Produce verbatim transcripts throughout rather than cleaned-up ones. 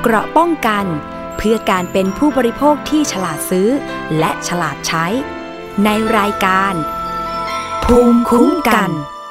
เกราะป้องกันเพื่อการเป็นผู้บริโภคที่ฉลาดซื้อและฉลาดใช้ในรายการภูมิคุ้มกัน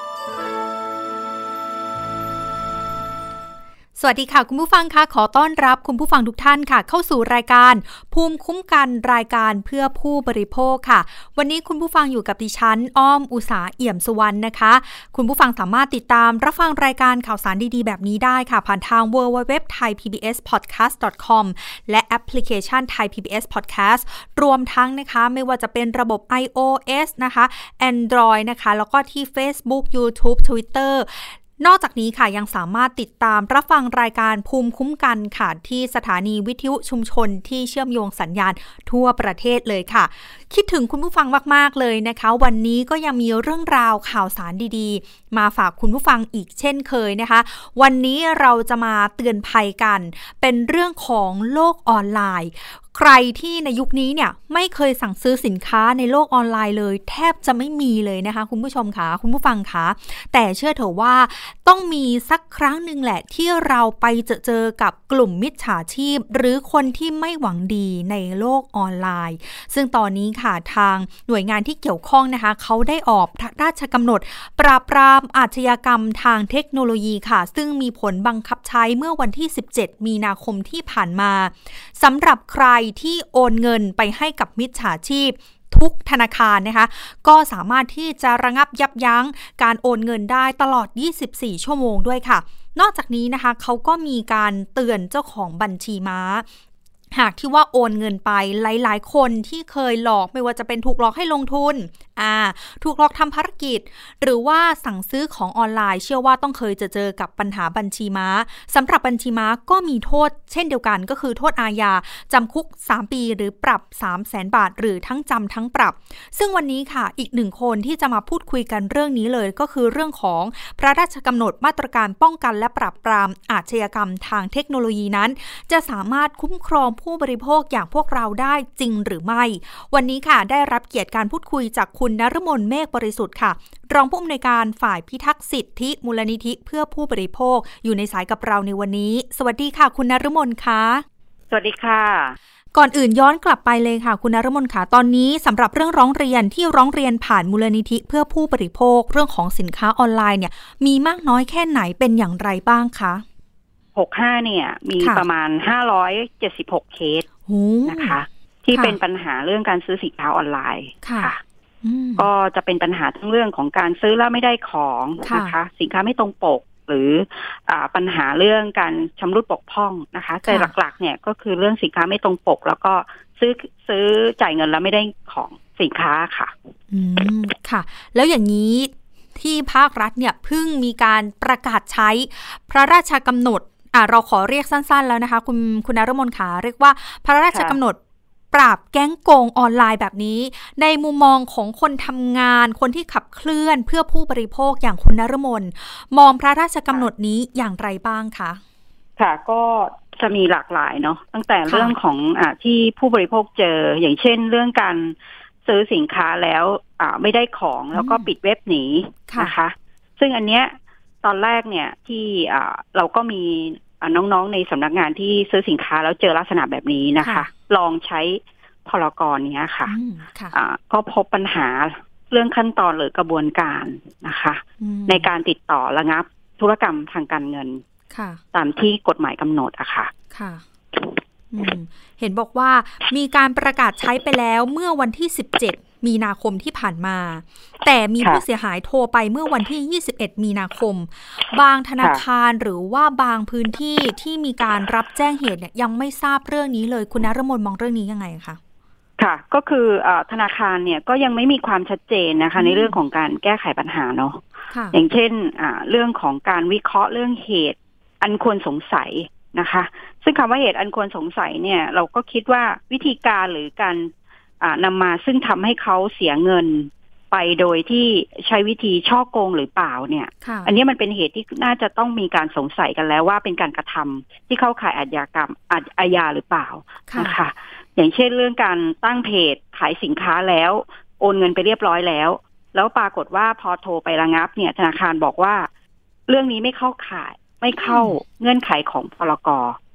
สวัสดีค่ะคุณผู้ฟังค่ะขอต้อนรับคุณผู้ฟังทุกท่านค่ะเข้าสู่รายการภูมิคุ้มกันรายการเพื่อผู้บริโภคค่ะวันนี้คุณผู้ฟังอยู่กับดิฉันอ้อมอุษาเอี่ยมสุวรรณนะคะคุณผู้ฟังสามารถติดตามรับฟังรายการข่าวสารดีๆแบบนี้ได้ค่ะผ่านทาง ดับเบิลยู ดับเบิลยู ดับเบิลยู ดอท ไทย พี บี เอส พอดแคสต์ ดอท คอม และแอปพลิเคชัน Thai พี บี เอส Podcast รวมทั้งนะคะไม่ว่าจะเป็นระบบ iOS นะคะ Android นะคะแล้วก็ที่ Facebook YouTube Twitterนอกจากนี้ค่ะยังสามารถติดตามรับฟังรายการภูมิคุ้มกันค่ะที่สถานีวิทยุชุมชนที่เชื่อมโยงสัญญาณทั่วประเทศเลยค่ะคิดถึงคุณผู้ฟังมากๆเลยนะคะวันนี้ก็ยังมีเรื่องราวข่าวสารดีๆมาฝากคุณผู้ฟังอีกเช่นเคยนะคะวันนี้เราจะมาเตือนภัยกันเป็นเรื่องของโลกออนไลน์ใครที่ในยุคนี้เนี่ยไม่เคยสั่งซื้อสินค้าในโลกออนไลน์เลยแทบจะไม่มีเลยนะคะคุณผู้ชมคะคุณผู้ฟังคะแต่เชื่อเถอะว่าต้องมีสักครั้งหนึ่งแหละที่เราไปเจอเจอกับกลุ่มมิจฉาชีพหรือคนที่ไม่หวังดีในโลกออนไลน์ซึ่งตอนนี้ค่ะทางหน่วยงานที่เกี่ยวข้องนะคะเขาได้ออกพระราชกำหนดปราบปรามอาชญากรรมทางเทคโนโลยีค่ะซึ่งมีผลบังคับใช้เมื่อวันที่สิบเจ็ดมีนาคมที่ผ่านมาสำหรับใครที่โอนเงินไปให้กับมิจฉาชีพทุกธนาคารนะคะก็สามารถที่จะระงับยับยั้งการโอนเงินได้ตลอดยี่สิบสี่ชั่วโมงด้วยค่ะนอกจากนี้นะคะเขาก็มีการเตือนเจ้าของบัญชีม้าหากที่ว่าโอนเงินไปหลายๆคนที่เคยหลอกไม่ว่าจะเป็นถูกหลอกให้ลงทุนอ่าถูกหลอกทำภารกิจหรือว่าสั่งซื้อของออนไลน์เชื่อว่าต้องเคยจะเจอกับปัญหาบัญชีม้าสำหรับบัญชีม้าก็มีโทษเช่นเดียวกันก็คือโทษอาญาจำคุกสามปีหรือปรับ สามแสน บาทหรือทั้งจำทั้งปรับซึ่งวันนี้ค่ะอีกหนึ่งคนที่จะมาพูดคุยกันเรื่องนี้เลยก็คือเรื่องของพระราชกำหนดมาตรการป้องกันและปราบปรามอาชญากรรมทางเทคโนโลยีนั้นจะสามารถคุ้มครองผู้บริโภคอย่างพวกเราได้จริงหรือไม่วันนี้ค่ะได้รับเกียรติการพูดคุยจากคุณนฤมลเมฆบริสุทธิ์ค่ะรองผู้อำนวยการฝ่ายพิทักษ์สิทธิมูลนิธิเพื่อผู้บริโภคอยู่ในสายกับเราในวันนี้สวัสดีค่ะคุณนฤมลค่ะสวัสดีค่ะก่อนอื่นย้อนกลับไปเลยค่ะคุณนฤมลค่ะตอนนี้สำหรับเรื่องร้องเรียนที่ร้องเรียนผ่านมูลนิธิเพื่อผู้บริโภคเรื่องของสินค้าออนไลน์เนี่ยมีมากน้อยแค่ไหนเป็นอย่างไรบ้างคะหกสิบห้าเนี่ยมีประมาณห้าร้อยเจ็ดสิบหกเคสนะคะที่เป็นปัญหาเรื่องการซื้อสินค้าออนไลน์ค่ะก็จะเป็นปัญหาทั้งเรื่องของการซื้อแล้วไม่ได้ของนะคะสินค้าไม่ตรงปกหรืออ่าปัญหาเรื่องการชำรุดบกพร่องนะคะแต่หลักๆเนี่ยก็คือเรื่องสินค้าไม่ตรงปกแล้วก็ซื้อซื้อจ่ายเงินแล้วไม่ได้ของสินค้าค่ะอืมค่ะแล้วอย่างนี้ที่ภาครัฐเนี่ยเพิ่งมีการประกาศใช้พระราชกำหนดอ่าเราขอเรียกสั้นๆแล้วนะคะคุณคุณนฤมลค่ะเรียกว่าพระราชกำหนดปราบแก๊งโกงออนไลน์แบบนี้ในมุมมองของคนทำงานคนที่ขับเคลื่อนเพื่อผู้บริโภคอย่างคุณนฤมลมองพระราชกำหนดนี้อย่างไรบ้างคะค่ะก็จะมีหลากหลายเนาะตั้งแต่เรื่องของอ่าที่ผู้บริโภคเจออย่างเช่นเรื่องการซื้อสินค้าแล้วอ่าไม่ได้ของแล้วก็ปิดเว็บหนีนะคะซึ่งอันเนี้ยตอนแรกเนี่ยที่อ่าเราก็มีน้องๆในสำนักงานที่ซื้อสินค้าแล้วเจอลักษณะแบบนี้นะคะลองใช้พรกรนี้ค่ะก็พบปัญหาเรื่องขั้นตอนหรือกระบวนการนะคะในการติดต่อระงับธุรกรรมทางการเงินตามที่กฎหมายกำหนดอะค่ะค่ะเห็นบอกว่ามีการประกาศใช้ไปแล้วเมื่อวันที่สิบเจ็ดมีนาคมที่ผ่านมาแต่มีผู้เสียหายโทรไปเมื่อวันที่ยี่สิบเอ็ดมีนาคมบางธนาคารหรือว่าบางพื้นที่ที่มีการรับแจ้งเหตุเนี่ยยังไม่ทราบเรื่องนี้เลยคุณนฤมลมองเรื่องนี้ยังไงคะค่ะก็คือธนาคารเนี่ยก็ยังไม่มีความชัดเจนนะคะในเรื่องของการแก้ไขปัญหาเนาะอย่างเช่นเรื่องของการวิเคราะห์เรื่องเหตุอันควรสงสัยนะคะซึ่งคำว่าเหตุอันควรสงสัยเนี่ยเราก็คิดว่าวิธีการหรือการนำมาซึ่งทำให้เขาเสียเงินไปโดยที่ใช้วิธีช่อโกงหรือเปล่าเนี่ยอันนี้มันเป็นเหตุที่น่าจะต้องมีการสงสัยกันแล้วว่าเป็นการกระทำที่เข้าข่ายอาชญากรรมอาญาหรือเปล่านะคะอย่างเช่นเรื่องการตั้งเพจขายสินค้าแล้วโอนเงินไปเรียบร้อยแล้วแล้วปรากฏว่าพอโทรไประงับเนี่ยธนาคารบอกว่าเรื่องนี้ไม่เข้าข่ายไม่เข้าเงื่อนไขของพรก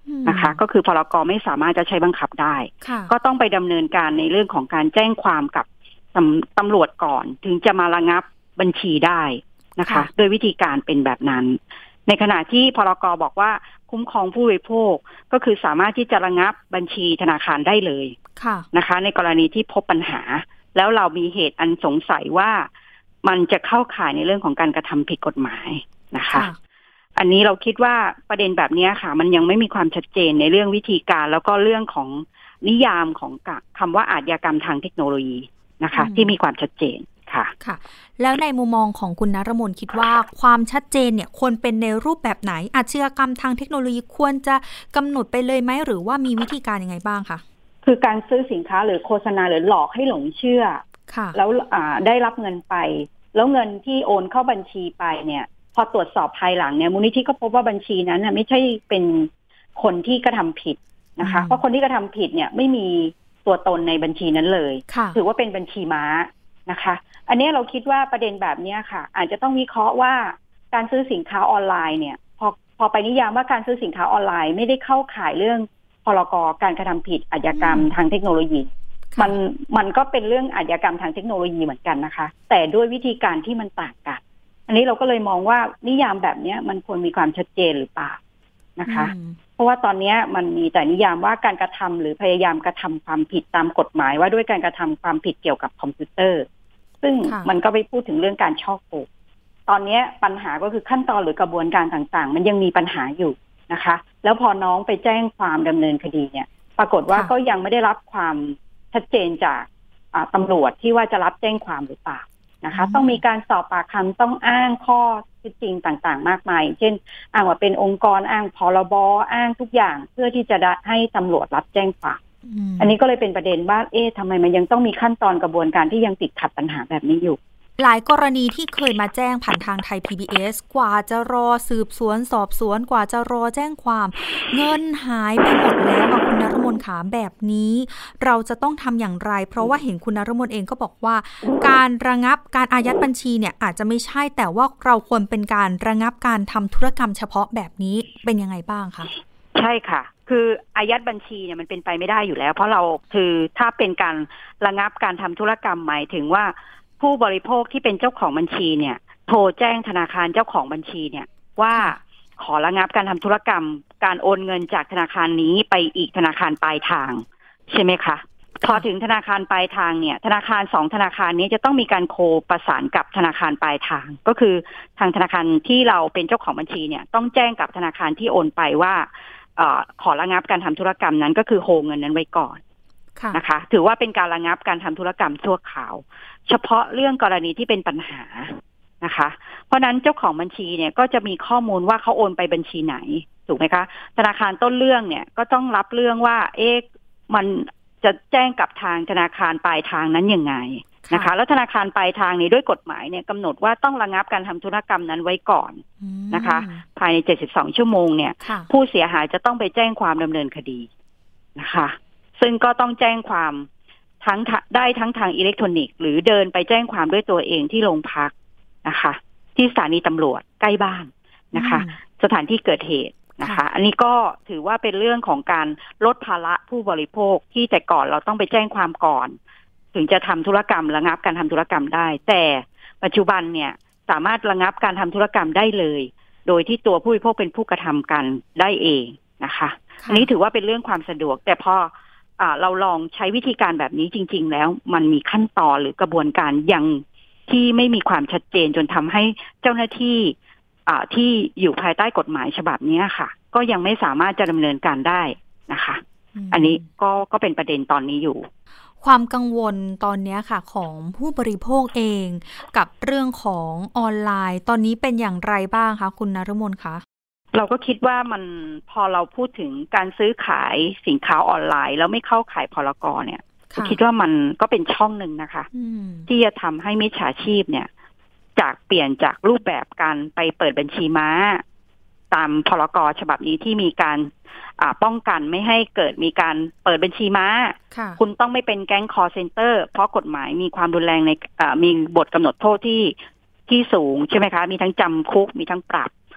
นะคะก็คือพรก.ไม่สามารถจะใช้บังคับได้ก็ต้องไปดำเนินการในเรื่องของการแจ้งความกับตำรวจก่อนถึงจะมาระงับบัญชีได้นะคะโดยวิธีการเป็นแบบนั้นในขณะที่พรก.บอกว่าคุ้มครองผู้บริโภคก็คือสามารถที่จะระงับบัญชีธนาคารได้เลยนะคะในกรณีที่พบปัญหาแล้วเรามีเหตุอันสงสัยว่ามันจะเข้าข่ายในเรื่องของการกระทำผิดกฎหมายนะคะอันนี้เราคิดว่าประเด็นแบบนี้ค่ะมันยังไม่มีความชัดเจนในเรื่องวิธีการแล้วก็เรื่องของนิยามของคำว่าอาชญากรรมทางเทคโนโลยีนะคะที่มีความชัดเจนค่ะค่ะแล้วในมุมมองของคุณณรมนคิดว่าความชัดเจนเนี่ยควรเป็นในรูปแบบไหนอาชญากรรมทางเทคโนโลยีควรจะกำหนดไปเลยไหมหรือว่ามีวิธีการยังไงบ้างคะคือการซื้อสินค้าหรือโฆษณาหรือหลอกให้หลงเชื่อแล้วได้รับเงินไปแล้วเงินที่โอนเข้าบัญชีไปเนี่ยพอตรวจสอบภายหลังเนี่ยมูลนิธิก็พบว่าบัญชีนั้นน่ะไม่ใช่เป็นคนที่กระทำผิดนะคะเพราะคนที่กระทำผิดเนี่ยไม่มีตัวตนในบัญชีนั้นเลยถือว่าเป็นบัญชีม้านะคะอันนี้เราคิดว่าประเด็นแบบนี้ค่ะอาจจะต้องวิเคราะห์ว่าการซื้อสินค้าออนไลน์เนี่ยพอพอไปนิยามว่าการซื้อสินค้าออนไลน์ไม่ได้เข้าข่ายเรื่องพรก.การกระทำผิดอาชญากรรมทางเทคโนโลยีมันมันก็เป็นเรื่องอาชญากรรมทางเทคโนโลยีเหมือนกันนะคะแต่ด้วยวิธีการที่มันต่างกันอันนี้เราก็เลยมองว่านิยามแบบนี้มันควรมีความชัดเจนหรือเปล่านะคะเพราะว่าตอนนี้มันมีแต่นิยามว่าการกระทำหรือพยายามกระทำความผิดตามกฎหมายว่าด้วยการกระทำความผิดเกี่ยวกับคอมพิวเตอร์ซึ่งมันก็ไปพูดถึงเรื่องการฉ้อโกงตอนนี้ปัญหาก็คือขั้นตอนหรือกระบวนการต่างๆมันยังมีปัญหาอยู่นะคะแล้วพอน้องไปแจ้งความดำเนินคดีเนี่ยปรากฏว่าก็ยังไม่ได้รับความชัดเจนจากตำรวจที่ว่าจะรับแจ้งความหรือเปล่านะคะต้องมีการสอบปากคำต้องอ้างข้อเท็จจริงต่างๆมากมายเช่นอ้างว่าเป็นองค์กรอ้างพรบอ้างทุกอย่างเพื่อที่จะให้ตำรวจรับแจ้งความอันนี้ก็เลยเป็นประเด็นว่าเอ๊ะทำไมมันยังต้องมีขั้นตอนกระบวนการที่ยังติดขัดปัญหาแบบนี้อยู่หลายกรณีที่เคยมาแจ้งผ่านทางไทย พี บี เอส กว่าจะรอสืบสวนสอบสวนกว่าจะรอแจ้งความเงินหายไปหมดแล้วค่ะคุณณรมนขาแบบนี้เราจะต้องทำอย่างไรเพราะว่าเห็นคุณณรมนเองก็บอกว่าการระงับการอายัดบัญชีเนี่ยอาจจะไม่ใช่แต่ว่าเราควรเป็นการระงับการทำธุรกรรมเฉพาะแบบนี้เป็นยังไงบ้างคะใช่ค่ะคืออายัดบัญชีเนี่ยมันเป็นไปไม่ได้อยู่แล้วเพราะเราคือถ้าเป็นการระงับการทำธุรกรรมหมายถึงว่าผู้บริโภคที่เป็นเจ้าของบัญชีเนี่ยโทรแจ้งธนาคารเจ้าของบัญชีเนี่ยว่าขอระงับการทำธุรกรรมการโอนเงินจากธนาคารนี้ไปอีกธนาคารปลายทางใช่ไหมคะพอถึงธนาคารปลายทางเนี่ยธนาคารสองธนาคารนี้จะต้องมีการโคประสานกับธนาคารปลายทางก็คือทางธนาคารที่เราเป็นเจ้าของบัญชีเนี่ยต้องแจ้งกับธนาคารที่โอนไปว่าเอ่อขอระงับการทำธุรกรรมนั้นก็คือโฮเงินนั้นไว้ก่อนนะคะถือว่าเป็นการระงับการทำธุรกรรมชั่วคราวเฉพาะเรื่องกรณีที่เป็นปัญหานะคะเพราะนั้นเจ้าของบัญชีเนี่ยก็จะมีข้อมูลว่าเขาโอนไปบัญชีไหนถูกไหมคะธนาคารต้นเรื่องเนี่ยก็ต้องรับเรื่องว่าเอ๊ะมันจะแจ้งกับทางธนาคารปลายทางนั้นยังไงนะคะแล้วธนาคารปลายทางนี้ด้วยกฎหมายเนี่ยกำหนดว่าต้องระงับการทำธุรกรรมนั้นไว้ก่อนนะคะภายในเจ็ดสิบสองชั่วโมงเนี่ยผู้เสียหายจะต้องไปแจ้งความดำเนินคดีนะคะซึ่งก็ต้องแจ้งความทั้งได้ทั้งทางอิเล็กทรอนิกส์หรือเดินไปแจ้งความด้วยตัวเองที่โรงพักนะคะที่สถานีตำรวจใกล้บ้านนะคะสถานที่เกิดเหตุนะคะอันนี้ก็ถือว่าเป็นเรื่องของการลดภาระผู้บริโภคที่แต่ก่อนเราต้องไปแจ้งความก่อนถึงจะทำธุรกรรมระงับการทำธุรกรรมได้แต่ปัจจุบันเนี่ยสามารถระงับการทำธุรกรรมได้เลยโดยที่ตัวผู้บริโภคเป็นผู้กระทำกันได้เองนะคะอันนี้ถือว่าเป็นเรื่องความสะดวกแต่พอเราลองใช้วิธีการแบบนี้จริงๆแล้วมันมีขั้นตอนหรือกระบวนการยังที่ไม่มีความชัดเจนจนทำให้เจ้าหน้าที่ที่อยู่ภายใต้กฎหมายฉบับนี้ค่ะก็ยังไม่สามารถจะดำเนินการได้นะคะอันนี้ก็ก็เป็นประเด็นตอนนี้อยู่ความกังวลตอนนี้ค่ะของผู้บริโภคเองกับเรื่องของออนไลน์ตอนนี้เป็นอย่างไรบ้างคะคุณณรมนคะเราก็คิดว่ามันพอเราพูดถึงการซื้อขายสินค้าออนไลน์แล้วไม่เข้าขายพรก.เนี่ยคิดว่ามันก็เป็นช่องหนึ่งนะคะที่จะทำให้มิจฉาชีพเนี่ยจากเปลี่ยนจากรูปแบบการไปเปิดบัญชีม้าตามพรก.ฉบับนี้ที่มีการป้องกันไม่ให้เกิดมีการเปิดบัญชีม้าคุณต้องไม่เป็นแก๊ง call center เพราะกฎหมายมีความรุนแรงในมีบทกำหนดโทษที่ที่สูงใช่ไหมคะมีทั้งจำคุกมีทั้งปรับ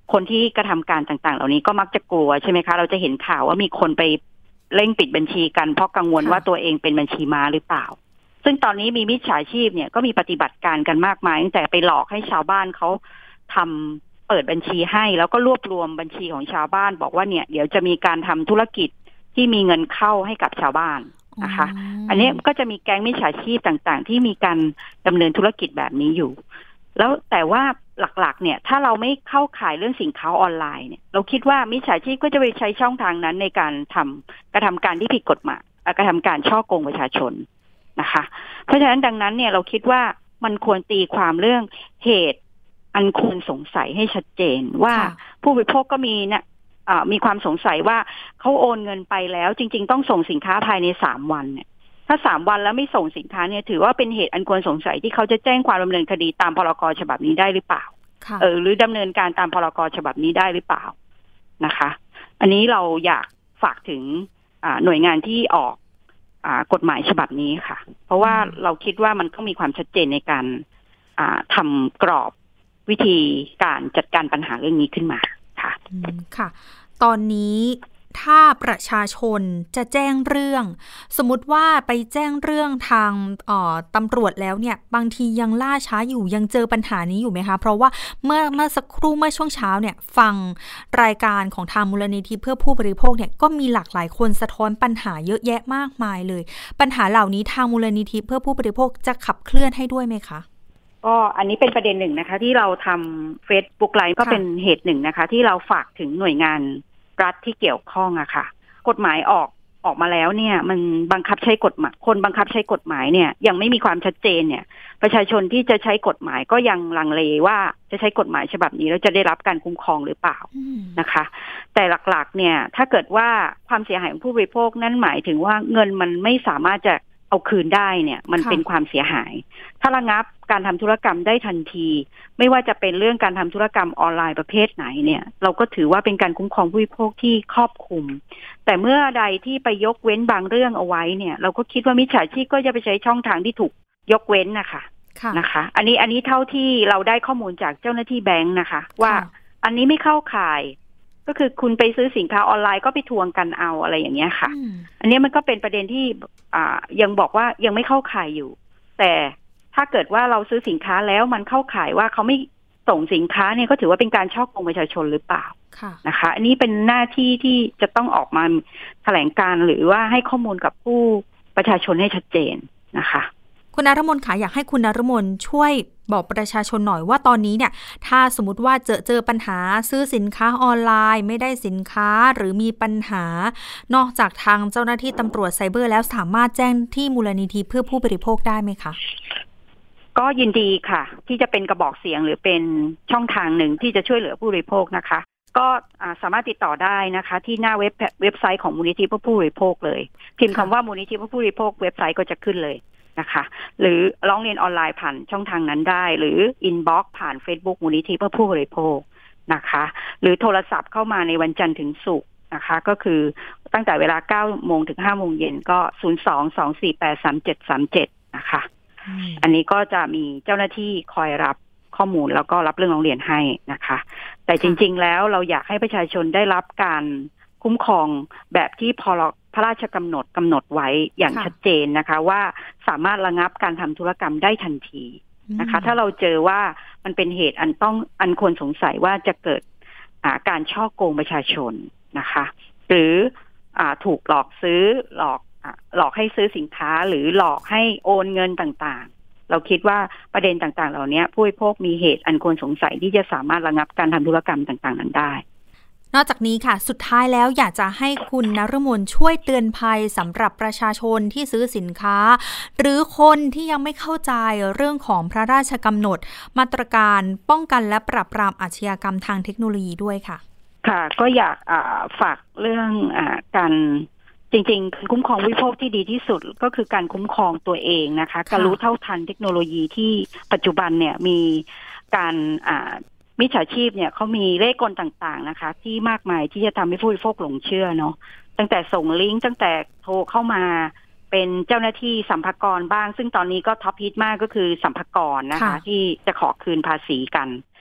คนที่กระทำการต่างๆเหล่านี้ก็มักจะกลัวใช่ไหมคะเราจะเห็นข่าวว่ามีคนไปเร่งปิดบัญชีกันเพราะกังวลว่าตัวเองเป็นบัญชีม้าหรือเปล่าซึ่งตอนนี้มีมิจฉาชีพเนี่ยก็มีปฏิบัติการกันมากมายตั้งแต่ไปหลอกให้ชาวบ้านเขาทำเปิดบัญชีให้แล้วก็รวบรวมบัญชีของชาวบ้านบอกว่าเนี่ยเดี๋ยวจะมีการทำธุรกิจที่มีเงินเข้าให้กับชาวบ้านนะคะอันนี้ก็จะมีแก๊งมิจฉาชีพต่างๆที่มีการดำเนินธุรกิจแบบนี้อยู่แล้วแต่ว่าหลักๆเนี่ยถ้าเราไม่เข้าข่ายเรื่องสินค้าออนไลน์เนี่ยเราคิดว่ามิจฉาชีพก็จะไปใช้ช่องทางนั้นในการทำกระทำการที่ผิดกฎหมายกระทำการฉ้อโกงประชาชนนะคะเพราะฉะนั้นดังนั้นเนี่ยเราคิดว่ามันควรตีความเรื่องเหตุอันควรสงสัยให้ชัดเจนว่าผู้บริโภคก็มีเนี่ยมีความสงสัยว่าเขาโอนเงินไปแล้วจริงๆต้องส่งสินค้าภายในสามวันเนี่ยถ้าสามวันแล้วไม่ส่งสินค้าเนี่ยถือว่าเป็นเหตุอันควรสงสัยที่เขาจะแจ้งความดำเนินคดีตามพรกฉบับนี้ได้หรือเปล่าเออหรือดำเนินการตามพรกฉบับนี้ได้หรือเปล่านะคะอันนี้เราอยากฝากถึงหน่วยงานที่ออกกฎหมายฉบับนี้ค่ะเพราะว่าเราคิดว่ามันต้องมีความชัดเจนในการทำกรอบวิธีการจัดการปัญหาเรื่องนี้ขึ้นมาค่ะค่ะตอนนี้ถ้าประชาชนจะแจ้งเรื่องสมมุติว่าไปแจ้งเรื่องทางตำรวจแล้วเนี่ยบางทียังล่าช้าอยู่ยังเจอปัญหานี้อยู่ไหมคะเพราะว่าเมื่อเมื่อสักครู่เมื่อช่วงเช้าเนี่ยฟังรายการของทางมูลนิธิเพื่อผู้บริโภคเนี่ยก็มีหลากหลายคนสะท้อนปัญหาเยอะแยะมากมายเลยปัญหาเหล่านี้ทางมูลนิธิเพื่อผู้บริโภคจะขับเคลื่อนให้ด้วยไหมคะก็อันนี้เป็นประเด็นหนึ่งนะคะที่เราทำ Facebook Live ก็เป็นเหตุหนึ่งนะคะที่เราฝากถึงหน่วยงานรัฐที่เกี่ยวข้องอะค่ะกฎหมายออกออกมาแล้วเนี่ยมันบังคับใช้กฎหมายคนบังคับใช้กฎหมายเนี่ยยังไม่มีความชัดเจนเนี่ยประชาชนที่จะใช้กฎหมายก็ยังลังเลว่าจะใช้กฎหมายฉบับนี้แล้วจะได้รับการคุ้มครองหรือเปล่านะคะแต่หลักๆเนี่ยถ้าเกิดว่าความเสียหายของผู้บริโภคนั่นหมายถึงว่าเงินมันไม่สามารถจะเอาคืนได้เนี่ยมันเป็นความเสียหายถ้าระงับการทำธุรกรรมได้ทันทีไม่ว่าจะเป็นเรื่องการทำธุรกรรมออนไลน์ประเภทไหนเนี่ยเราก็ถือว่าเป็นการคุ้มครองผู้บริโภคที่ครอบคลุมแต่เมื่อใดที่ไปยกเว้นบางเรื่องเอาไว้เนี่ยเราก็คิดว่ามิจฉาชีพก็จะไปใช้ช่องทางที่ถูกยกเว้นนะคะนะคะอันนี้อันนี้เท่าที่เราได้ข้อมูลจากเจ้าหน้าที่แบงค์นะคะว่าอันนี้ไม่เข้าข่ายก็คือคุณไปซื้อสินค้าออนไลน์ก็ไปทวงกันเอาอะไรอย่างเงี้ยค่ะอันนี้มันก็เป็นประเด็นที่อ่ายังบอกว่ายังไม่เข้าข่ายอยู่แต่ถ้าเกิดว่าเราซื้อสินค้าแล้วมันเข้าข่ายว่าเขาไม่ส่งสินค้าเนี่ยก็ถือว่าเป็นการฉ้อโกงประชาชนหรือเปล่านะคะอันนี้เป็นหน้าที่ที่จะต้องออกมาแถลงการหรือว่าให้ข้อมูลกับผู้ประชาชนให้ชัดเจนนะคะคุณนฤมลค่ะอยากให้คุณนฤมลช่วยบอกประชาชนหน่อยว่าตอนนี้เนี่ยถ้าสมมติว่าเจอเจอปัญหาซื้อสินค้าออนไลน์ไม่ได้สินค้าหรือมีปัญหานอกจากทางเจ้าหน้าที่ตำรวจไซเบอร์แล้วสามารถแจ้งที่มูลนิธิเพื่อผู้บริโภคได้ไหมคะก็ยินดีค่ะที่จะเป็นกระบอกเสียงหรือเป็นช่องทางหนึ่งที่จะช่วยเหลือผู้บริโภคนะคะก็สามารถติดต่อได้นะคะที่หน้าเว็บเว็บไซต์ของมูลนิธิเพื่อผู้บริโภคเลยพิมพ์คำว่ามูลนิธิเพื่อผู้บริโภคเว็บไซต์ก็จะขึ้นเลยนะคะหรือร้องเรียนออนไลน์ผ่านช่องทางนั้นได้หรืออินบ็อกซ์ผ่าน Facebook มูลนิธิเพื่อผู้บริโภคนะคะหรือโทรศัพท์เข้ามาในวันจันทร์ถึงศุกร์นะคะก็คือตั้งแต่เวลา เก้าโมงถึง ห้าโมงเย็นก็ ศูนย์ สอง สอง สี่ แปด สาม เจ็ด สาม เจ็ด นะคะอันนี้ก็จะมีเจ้าหน้าที่คอยรับข้อมูลแล้วก็รับเรื่องร้องเรียนให้นะคะแต่จริงๆแล้วเราอยากให้ประชาชนได้รับการคุ้มครองแบบที่พรพระราชกำหนดกำหนดไว้อย่างชัดเจนนะคะว่าสามารถระงับการทำธุรกรรมได้ทันทีนะคะถ้าเราเจอว่ามันเป็นเหตุอันต้องอันควรสงสัยว่าจะเกิดการฉ้อโกงประชาชนนะคะหรือถูกหลอกซื้อหลอกหลอกให้ซื้อสินค้าหรือหลอกให้โอนเงินต่างๆเราคิดว่าประเด็นต่างๆเหล่านี้ผู้บริโภคมีเหตุอันควรสงสัยที่จะสามารถระงับการทำธุรกรรมต่างๆนั้นได้นอกจากนี้ค่ะสุดท้ายแล้วอยากจะให้คุณนฤมลช่วยเตือนภัยสำหรับประชาชนที่ซื้อสินค้าหรือคนที่ยังไม่เข้าใจเรื่องของพระราชกำหนดมาตรการป้องกันและปราบปรามอาชญากรรมทางเทคโนโลยีด้วยค่ะค่ะก็อยากฝากเรื่องการจริงๆคุ้มครองผู้บริโภคที่ดีที่สุดก็คือการคุ้มครองตัวเองนะคะการรู้เท่าทันเทคโนโลยีที่ปัจจุบันเนี่ยมีการมิจฉาชีพเนี่ยเขามีเลขกลต่างๆนะคะที่มากมายที่จะทำให้ผู้บริโภคหลงเชื่อเนาะตั้งแต่ส่งลิงก์ตั้งแต่โทรเข้ามาเป็นเจ้าหน้าที่สัมภากรบ้างซึ่งตอนนี้ก็ท็อปฮิตมากก็คือสัมภากรนะคะที่จะขอคืนภาษีกัน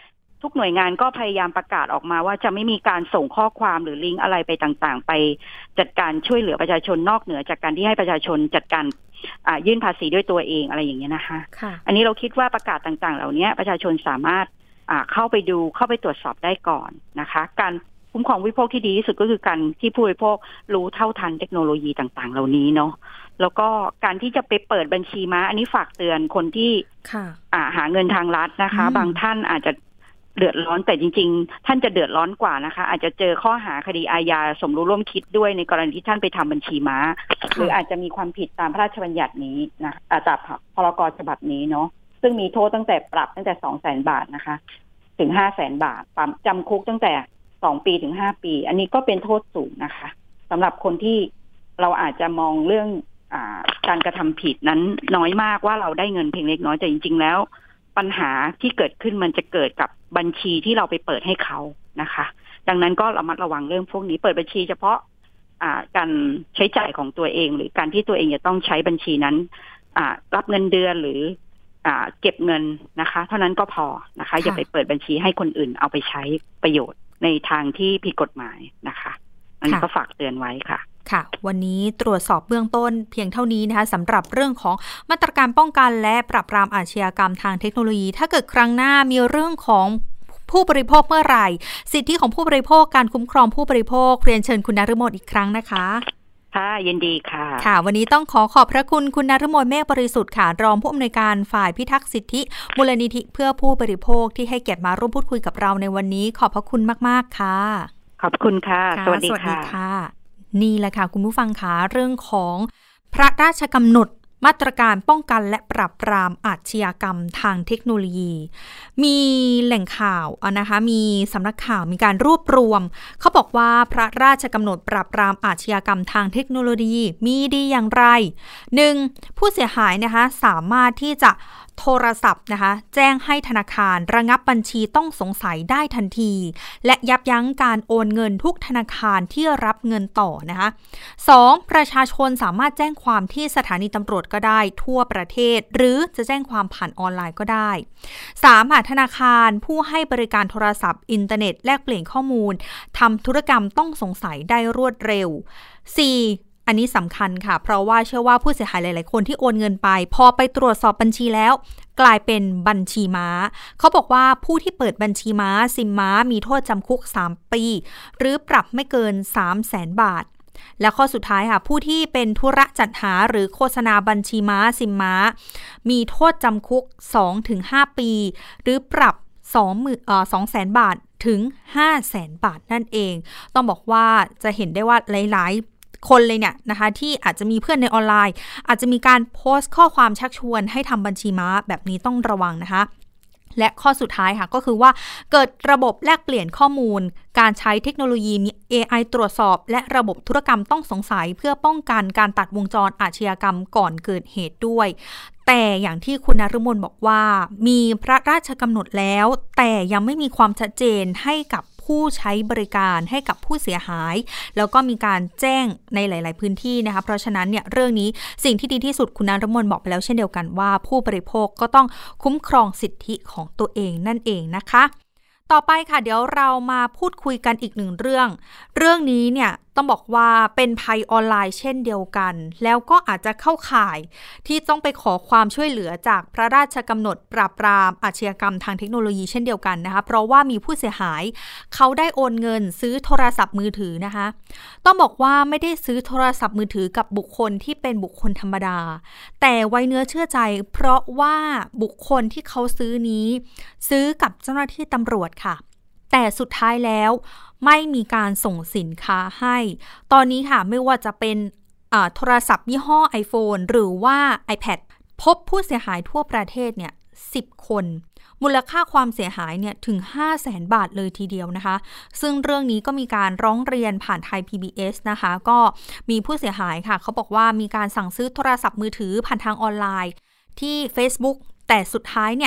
ทุกหน่วยงานก็พยายามประกาศออกมาว่าจะไม่มีการส่งข้อความหรือลิงก์อะไรไปต่างๆไปจัดการช่วยเหลือประชาชนนอกเหนือจากการที่ให้ประชาชนจัดการยื่นภาษีด้วยตัวเองอะไรอย่างเงี้ยนะคะอันนี้เราคิดว่าประกาศต่างๆเหล่านี้ประชาชนสามารถเข้าไปดูเข้าไปตรวจสอบได้ก่อนนะคะการคุ้มครองผู้บริโภคที่ดีที่สุดก็คือการที่ผู้บริโภครู้เท่าทันเทคโนโลยีต่างๆเหล่านี้เนาะแล้วก็การที่จะไปเปิดบัญชีม้าอันนี้ฝากเตือนคนที่หาเงินทางลัดนะคะบางท่านอาจจะเดือดร้อนแต่จริงๆท่านจะเดือดร้อนกว่านะคะอาจจะเจอข้อหาคดีอาญาสมรู้ร่วมคิดด้วยในกรณีที่ท่านไปทำบัญชีม้าหรืออาจจะมีความผิดตามพระราชบัญญัตินี้นะจากพรกฉบับนี้เนาะซึ่งมีโทษตั้งแต่ปรับตั้งแต่สองแสนบาทนะคะถึงห้าแสนบาทจำคุกตั้งแต่สองปีถึงห้าปีอันนี้ก็เป็นโทษสูงนะคะสำหรับคนที่เราอาจจะมองเรื่องอ่าการกระทำผิดนั้นน้อยมากว่าเราได้เงินเพียงเล็กน้อยแต่จริงๆแล้วปัญหาที่เกิดขึ้นมันจะเกิดกับบัญชีที่เราไปเปิดให้เขานะคะดังนั้นก็ระมัดระวังเรื่องพวกนี้เปิดบัญชีเฉพาะอ่าการใช้จ่ายของตัวเองหรือการที่ตัวเองจะต้องใช้บัญชีนั้นอ่ารับเงินเดือนหรืออ่าเก็บเงินนะคะเท่านั้นก็พอนะคะอย่าไปเปิดบัญชีให้คนอื่นเอาไปใช้ประโยชน์ในทางที่ผิดกฎหมายนะคะอันนี้ก็ฝากเตือนไว้ค่ะค่ะวันนี้ตรวจสอบเบื้องต้นเพียงเท่านี้นะคะสำหรับเรื่องของมาตรการป้องกันและปราบปรามอาชญากรรมทางเทคโนโลยีถ้าเกิดครั้งหน้ามีเรื่องของผู้บริโภคเมื่อไหร่สิทธิของผู้บริโภคการคุ้มครองผู้บริโภคเรียนเชิญคุณนฤมลอีกครั้งนะคะค่ะยินดีค่ะค่ะวันนี้ต้องขอขอบพระคุณคุณนฤมลเมฆบริสุทธิ์ค่ะรองผู้อำนวยการฝ่ายพิทักษ์สิทธิมูลนิธิเพื่อผู้บริโภคที่ให้เกียรติมาร่วมพูดคุยกับเราในวันนี้ขอบพระคุณมากๆค่ะขอบคุณค่ะสวัสดีค่ะนี่แหละค่ะคุณผู้ฟังคะเรื่องของพระราชกำหนดมาตรการป้องกันและปราบปรามอาชญากรรมทางเทคโนโลยีมีแหล่งข่าวนะคะมีสำนักข่าวมีการรวบรวมเขาบอกว่าพระราชกำหนดปราบปรามอาชญากรรมทางเทคโนโลยีมีดีอย่างไร หนึ่ง ผู้เสียหายนะคะสามารถที่จะโทรศัพท์นะคะแจ้งให้ธนาคารระงับบัญชีต้องสงสัยได้ทันทีและยับยั้งการโอนเงินทุกธนาคารที่รับเงินต่อนะคะสองประชาชนสามารถแจ้งความที่สถานีตำรวจก็ได้ทั่วประเทศหรือจะแจ้งความผ่านออนไลน์ก็ได้สามหากธนาคารผู้ให้บริการโทรศัพท์อินเทอร์เน็ตแลกเปลี่ยนข้อมูลทำธุรกรรมต้องสงสัยได้รวดเร็วสี่อันนี้สำคัญค่ะเพราะว่าเชื่อว่าผู้เสียหายหลายๆคนที่โอนเงินไปพอไปตรวจสอบบัญชีแล้วกลายเป็นบัญชีม้าเขาบอกว่าผู้ที่เปิดบัญชีม้าซิมม้ามีโทษจำคุกสามปีหรือปรับไม่เกิน สามแสนบาทและข้อสุดท้ายค่ะผู้ที่เป็นธุระจัดหาหรือโฆษณาบัญชีม้าซิมม้ามีโทษจำคุก สองถึงห้า ปีหรือปรับสองหมื่นเอ่อ สองแสนบาทถึง ห้าแสนบาทนั่นเองต้องบอกว่าจะเห็นได้ว่าหลายๆคนเลยเนี่ยนะคะที่อาจจะมีเพื่อนในออนไลน์อาจจะมีการโพสต์ข้อความชักชวนให้ทำบัญชีม้าแบบนี้ต้องระวังนะคะและข้อสุดท้ายค่ะก็คือว่าเกิดระบบแลกเปลี่ยนข้อมูลการใช้เทคโนโลยีมี เอ ไอ ตรวจสอบและระบบธุรกรรมต้องสงสัยเพื่อป้องกันการตัดวงจรอาชญากรรมก่อนเกิดเหตุด้วยแต่อย่างที่คุณนฤมลบอกว่ามีพระราชกำหนดแล้วแต่ยังไม่มีความชัดเจนให้กับผู้ใช้บริการให้กับผู้เสียหายแล้วก็มีการแจ้งในหลายๆพื้นที่นะคะเพราะฉะนั้นเนี่ยเรื่องนี้สิ่งที่ดีที่สุดคุณนฤมลบอกไปแล้วเช่นเดียวกันว่าผู้บริโภคก็ต้องคุ้มครองสิทธิของตัวเองนั่นเองนะคะต่อไปค่ะเดี๋ยวเรามาพูดคุยกันอีกหนึ่งเรื่องเรื่องนี้เนี่ยต้องบอกว่าเป็นภัยออนไลน์เช่นเดียวกันแล้วก็อาจจะเข้าข่ายที่ต้องไปขอความช่วยเหลือจากพระราชกำหนดปราบปรามอาชญากรรมทางเทคโนโลยีเช่นเดียวกันนะคะเพราะว่ามีผู้เสียหายเขาได้โอนเงินซื้อโทรศัพท์มือถือนะคะต้องบอกว่าไม่ได้ซื้อโทรศัพท์มือถือกับบุคคลที่เป็นบุคคลธรรมดาแต่ไว้เนื้อเชื่อใจเพราะว่าบุคคลที่เขาซื้อนี้ซื้อกับเจ้าหน้าที่ตำรวจค่ะแต่สุดท้ายแล้วไม่มีการส่งสินค้าให้ตอนนี้ค่ะไม่ว่าจะเป็นโทรศัพท์ยี่ห้อ iPhone หรือว่า iPad พบผู้เสียหายทั่วประเทศเนี่ยสิบคนมูลค่าความเสียหายเนี่ยถึง ห้าแสนบาทเลยทีเดียวนะคะซึ่งเรื่องนี้ก็มีการร้องเรียนผ่านไทย พี บี เอส นะคะก็มีผู้เสียหายค่ะเขาบอกว่ามีการสั่งซื้อโทรศัพท์มือถือผ่านทางออนไลน์ที่ Facebook แต่สุดท้ายเนี่ย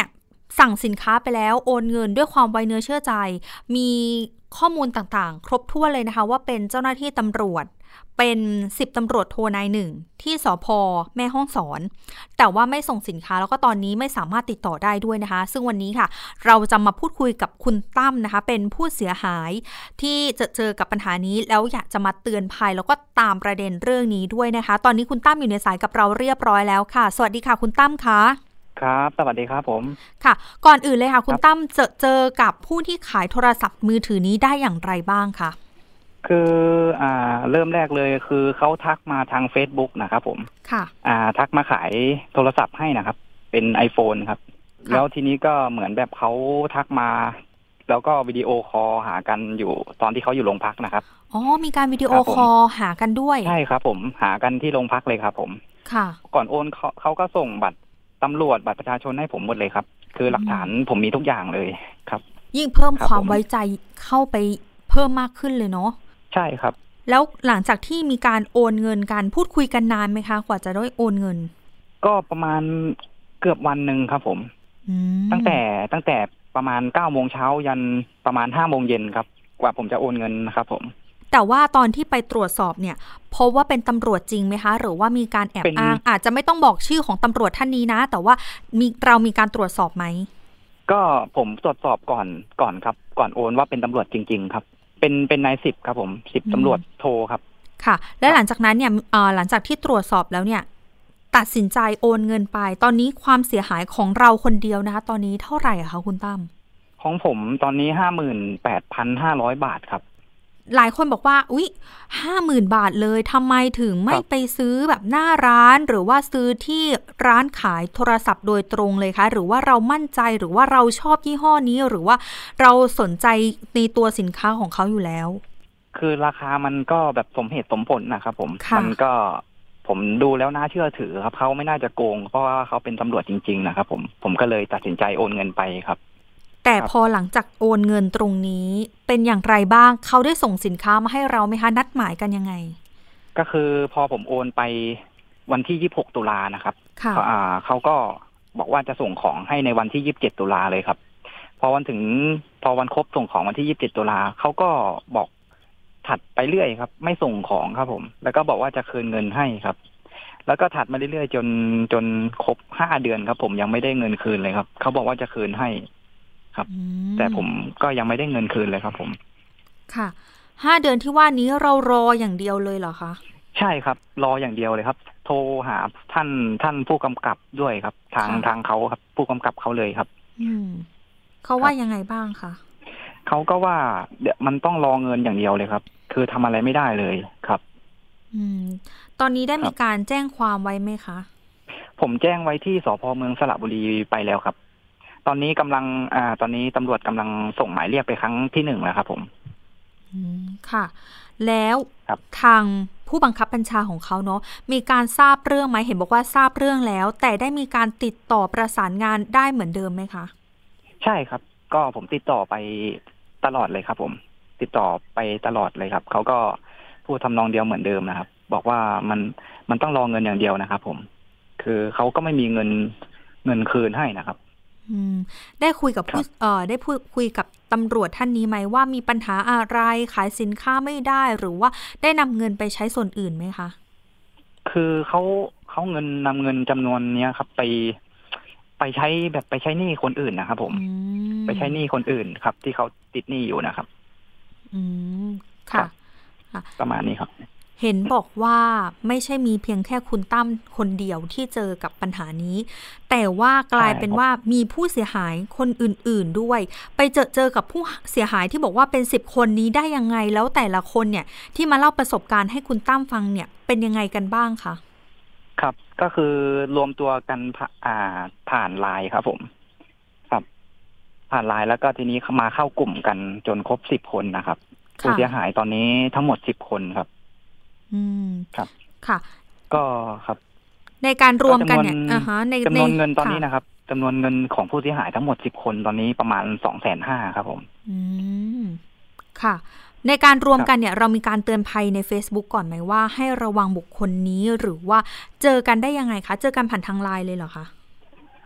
สั่งสินค้าไปแล้วโอนเงินด้วยความไว้เนื้อเชื่อใจมีข้อมูลต่างๆครบถ้วนเลยนะคะว่าเป็นเจ้าหน้าที่ตำรวจเป็นสิบตำรวจโทนายหนึ่งที่สภ.แม่ฮ่องสอนแต่ว่าไม่ส่งสินค้าแล้วก็ตอนนี้ไม่สามารถติดต่อได้ด้วยนะคะซึ่งวันนี้ค่ะเราจะมาพูดคุยกับคุณตั้มนะคะเป็นผู้เสียหายที่จะเจอกับปัญหานี้แล้วอยากจะมาเตือนภัยแล้วก็ตามประเด็นเรื่องนี้ด้วยนะคะตอนนี้คุณตั้มอยู่ในสายกับเราเรียบร้อยแล้วค่ะสวัสดีค่ะคุณตั้มคะครับสวัสดีครับผมค่ะก่อนอื่นเลยค่ะคุณตั้มเจอเจอกับผู้ที่ขายโทรศัพท์มือถือนี้ได้อย่างไรบ้างคะคืออ่าเริ่มแรกเลยคือเขาทักมาทาง Facebook นะครับผมค่ะอ่าทักมาขายโทรศัพท์ให้นะครับเป็น iPhone ครับแล้วทีนี้ก็เหมือนแบบเขาทักมาแล้วก็วิดีโอคอลหากันอยู่ตอนที่เขาอยู่โรงพักนะครับอ๋อมีการวิดีโอคอลหากันด้วยใช่ครับผมหากันที่โรงพักเลยครับผมค่ะก่อนโอนเขาเขาก็ส่งบัตรตำรวจบัตรประชาชนให้ผมหมดเลยครับคือหลักฐานผมมีทุกอย่างเลยครับยิ่งเพิ่มความไว้ใจเข้าไปเพิ่มมากขึ้นเลยเนาะใช่ครับแล้วหลังจากที่มีการโอนเงินกันพูดคุยกันนานไหมคะกว่าจะได้โอนเงินก็ประมาณเกือบวันหนึ่งครับผมตั้งแต่ตั้งแต่ประมาณเก้าโมงเช้ายันประมาณห้าโมงเย็นครับกว่าผมจะโอนเงินนะครับผมแต่ว่าตอนที่ไปตรวจสอบเนี่ยพบว่าเป็นตำรวจจริงไหมคะหรือว่ามีการแอบอ้างอาจจะไม่ต้องบอกชื่อของตำรวจท่านนี้นะแต่ว่ามีเรามีการตรวจสอบไหมก็ผมตรวจสอบก่อนก่อนครับก่อนโอนว่าเป็นตำรวจจริงๆครับเป็นเป็นนายสิบครับผมสิบตำรวจโทครับค่ะและหลังจากนั้นเนี่ยหลังจากที่ตรวจสอบแล้วเนี่ยตัดสินใจโอนเงินไปตอนนี้ความเสียหายของเราคนเดียวนะคะตอนนี้เท่าไหร่คะคุณตั้มของผมตอนนี้ห้าหมื่นแปดพันห้าร้อยบาทครับหลายคนบอกว่าอุ๊ยห้าหมื่นบาทเลยทำไมถึงไม่ไปซื้อแบบหน้าร้านหรือว่าซื้อที่ร้านขายโทรศัพท์โดยตรงเลยคะหรือว่าเรามั่นใจหรือว่าเราชอบยี่ห้อนี้หรือว่าเราสนใจในตัวสินค้าของเขาอยู่แล้วคือราคามันก็แบบสมเหตุสมผลนะครับผมมันก็ผมดูแล้วน่าเชื่อถือครับเขาไม่น่าจะโกงเพราะว่าเขาเป็นตำรวจจริงๆนะครับผมผมก็เลยตัดสินใจโอนเงินไปครับแต่พอหลังจากโอนเงินตรงนี้เป็นอย่างไรบ้างเขาได้ส่งสินค้ามาให้เราไหมคะนัดหมายกันยังไงก็คือพอผมโอนไปวันที่ยี่สิบหกตุลานะครับอ่าเขาก็บอกว่าจะส่งของให้ในวันที่ยี่สิบเจ็ดตุลาเลยครับพอวันถึงพอวันครบส่งของวันที่ยี่สิบเจ็ดตุลาเขาก็บอกถัดไปเรื่อยครับไม่ส่งของครับผมแล้วก็บอกว่าจะคืนเงินให้ครับแล้วก็ถัดมาเรื่อยๆจนจนครบห้าเดือนครับผมยังไม่ได้เงินคืนเลยครับเขาบอกว่าจะคืนให้ครับแต่ผมก็ยังไม่ได้เงินคืนเลยครับผมค่ะห้าเดือนที่ว่านี้เรารออย่างเดียวเลยเหรอคะใช่ครับรออย่างเดียวเลยครับโทรหาท่านท่านผู้กำกับด้วยครับทางทางเขาครับผู้กำกับเขาเลยครับอืมเขาว่ายังไงบ้างคะเขาก็ว่าเดี๋ยวมันต้องรอเงินอย่างเดียวเลยครับคือทำอะไรไม่ได้เลยครับอืมตอนนี้ได้มีการแจ้งความไว้ไหมคะผมแจ้งไว้ที่สภ.เมืองสระบุรีไปแล้วครับตอนนี้กำลังอ่าตอนนี้ตำรวจกำลังส่งหมายเรียกไปครั้งที่หนึ่งแล้วครับผมอืมค่ะแล้วทางผู้บังคับบัญชาของเขาเนาะมีการทราบเรื่องไหมเห็นบอกว่าทราบเรื่องแล้วแต่ได้มีการติดต่อประสานงานได้เหมือนเดิมไหมคะใช่ครับก็ผมติดต่อไปตลอดเลยครับผมติดต่อไปตลอดเลยครับเขาก็พูดทำนองเดียวเหมือนเดิมนะครับบอกว่ามันมันต้องรอเงินอย่างเดียวนะครับผมคือเขาก็ไม่มีเงินเงินคืนให้นะครับอืมได้คุยกับผู้เอ่อได้พูดคุยกับตำรวจท่านนี้ไหมว่ามีปัญหาอะไรขายสินค้าไม่ได้หรือว่าได้นำเงินไปใช้ส่วนอื่นไหมคะคือเขาเขาเงินนำเงินจำนวนเนี้ยครับไปไปใช้แบบไปใช้หนี้คนอื่นนะครับผมไปใช้หนี้คนอื่นครับที่เขาติดหนี้อยู่นะครับอืมค่ะประมาณนี้ครับเห็นบอกว่าไม่ใช่มีเพียงแค่คุณตั้มคนเดียวที่เจอกับปัญหานี้แต่ว่ากลายเป็นว่ามีผู้เสียหายคนอื่นๆด้วยไปเจอเจอกับผู้เสียหายที่บอกว่าเป็นสิบคนนี้ได้ยังไงแล้วแต่ละคนเนี่ยที่มาเล่าประสบการณ์ให้คุณตั้มฟังเนี่ยเป็นยังไงกันบ้างคะครับก็คือรวมตัวกันอ่าผ่านไลน์ครับผมครับผ่านไลน์แล้วก็ทีนี้มาเข้ากลุ่มกันจนครบสิบคนนะครับผู้เสียหายตอนนี้ทั้งหมดสิบคนครับอืมครับค่ะก็ครับในการรวมกันเนี่ยอ่าฮะในจำนวนเงินตอนนี้นะครับจำนวนเงินของผู้เสียหายทั้งหมดสิบคนตอนนี้ประมาณสองแสนห้าครับผมอืมค่ะในการรวมกันเนี่ยเรามีการเตือนภัยใน Facebook ก่อนไหมว่าให้ระวังบุคคลนี้หรือว่าเจอกันได้ยังไงคะเจอกันผ่านทางไลน์เลยเหรอคะครับ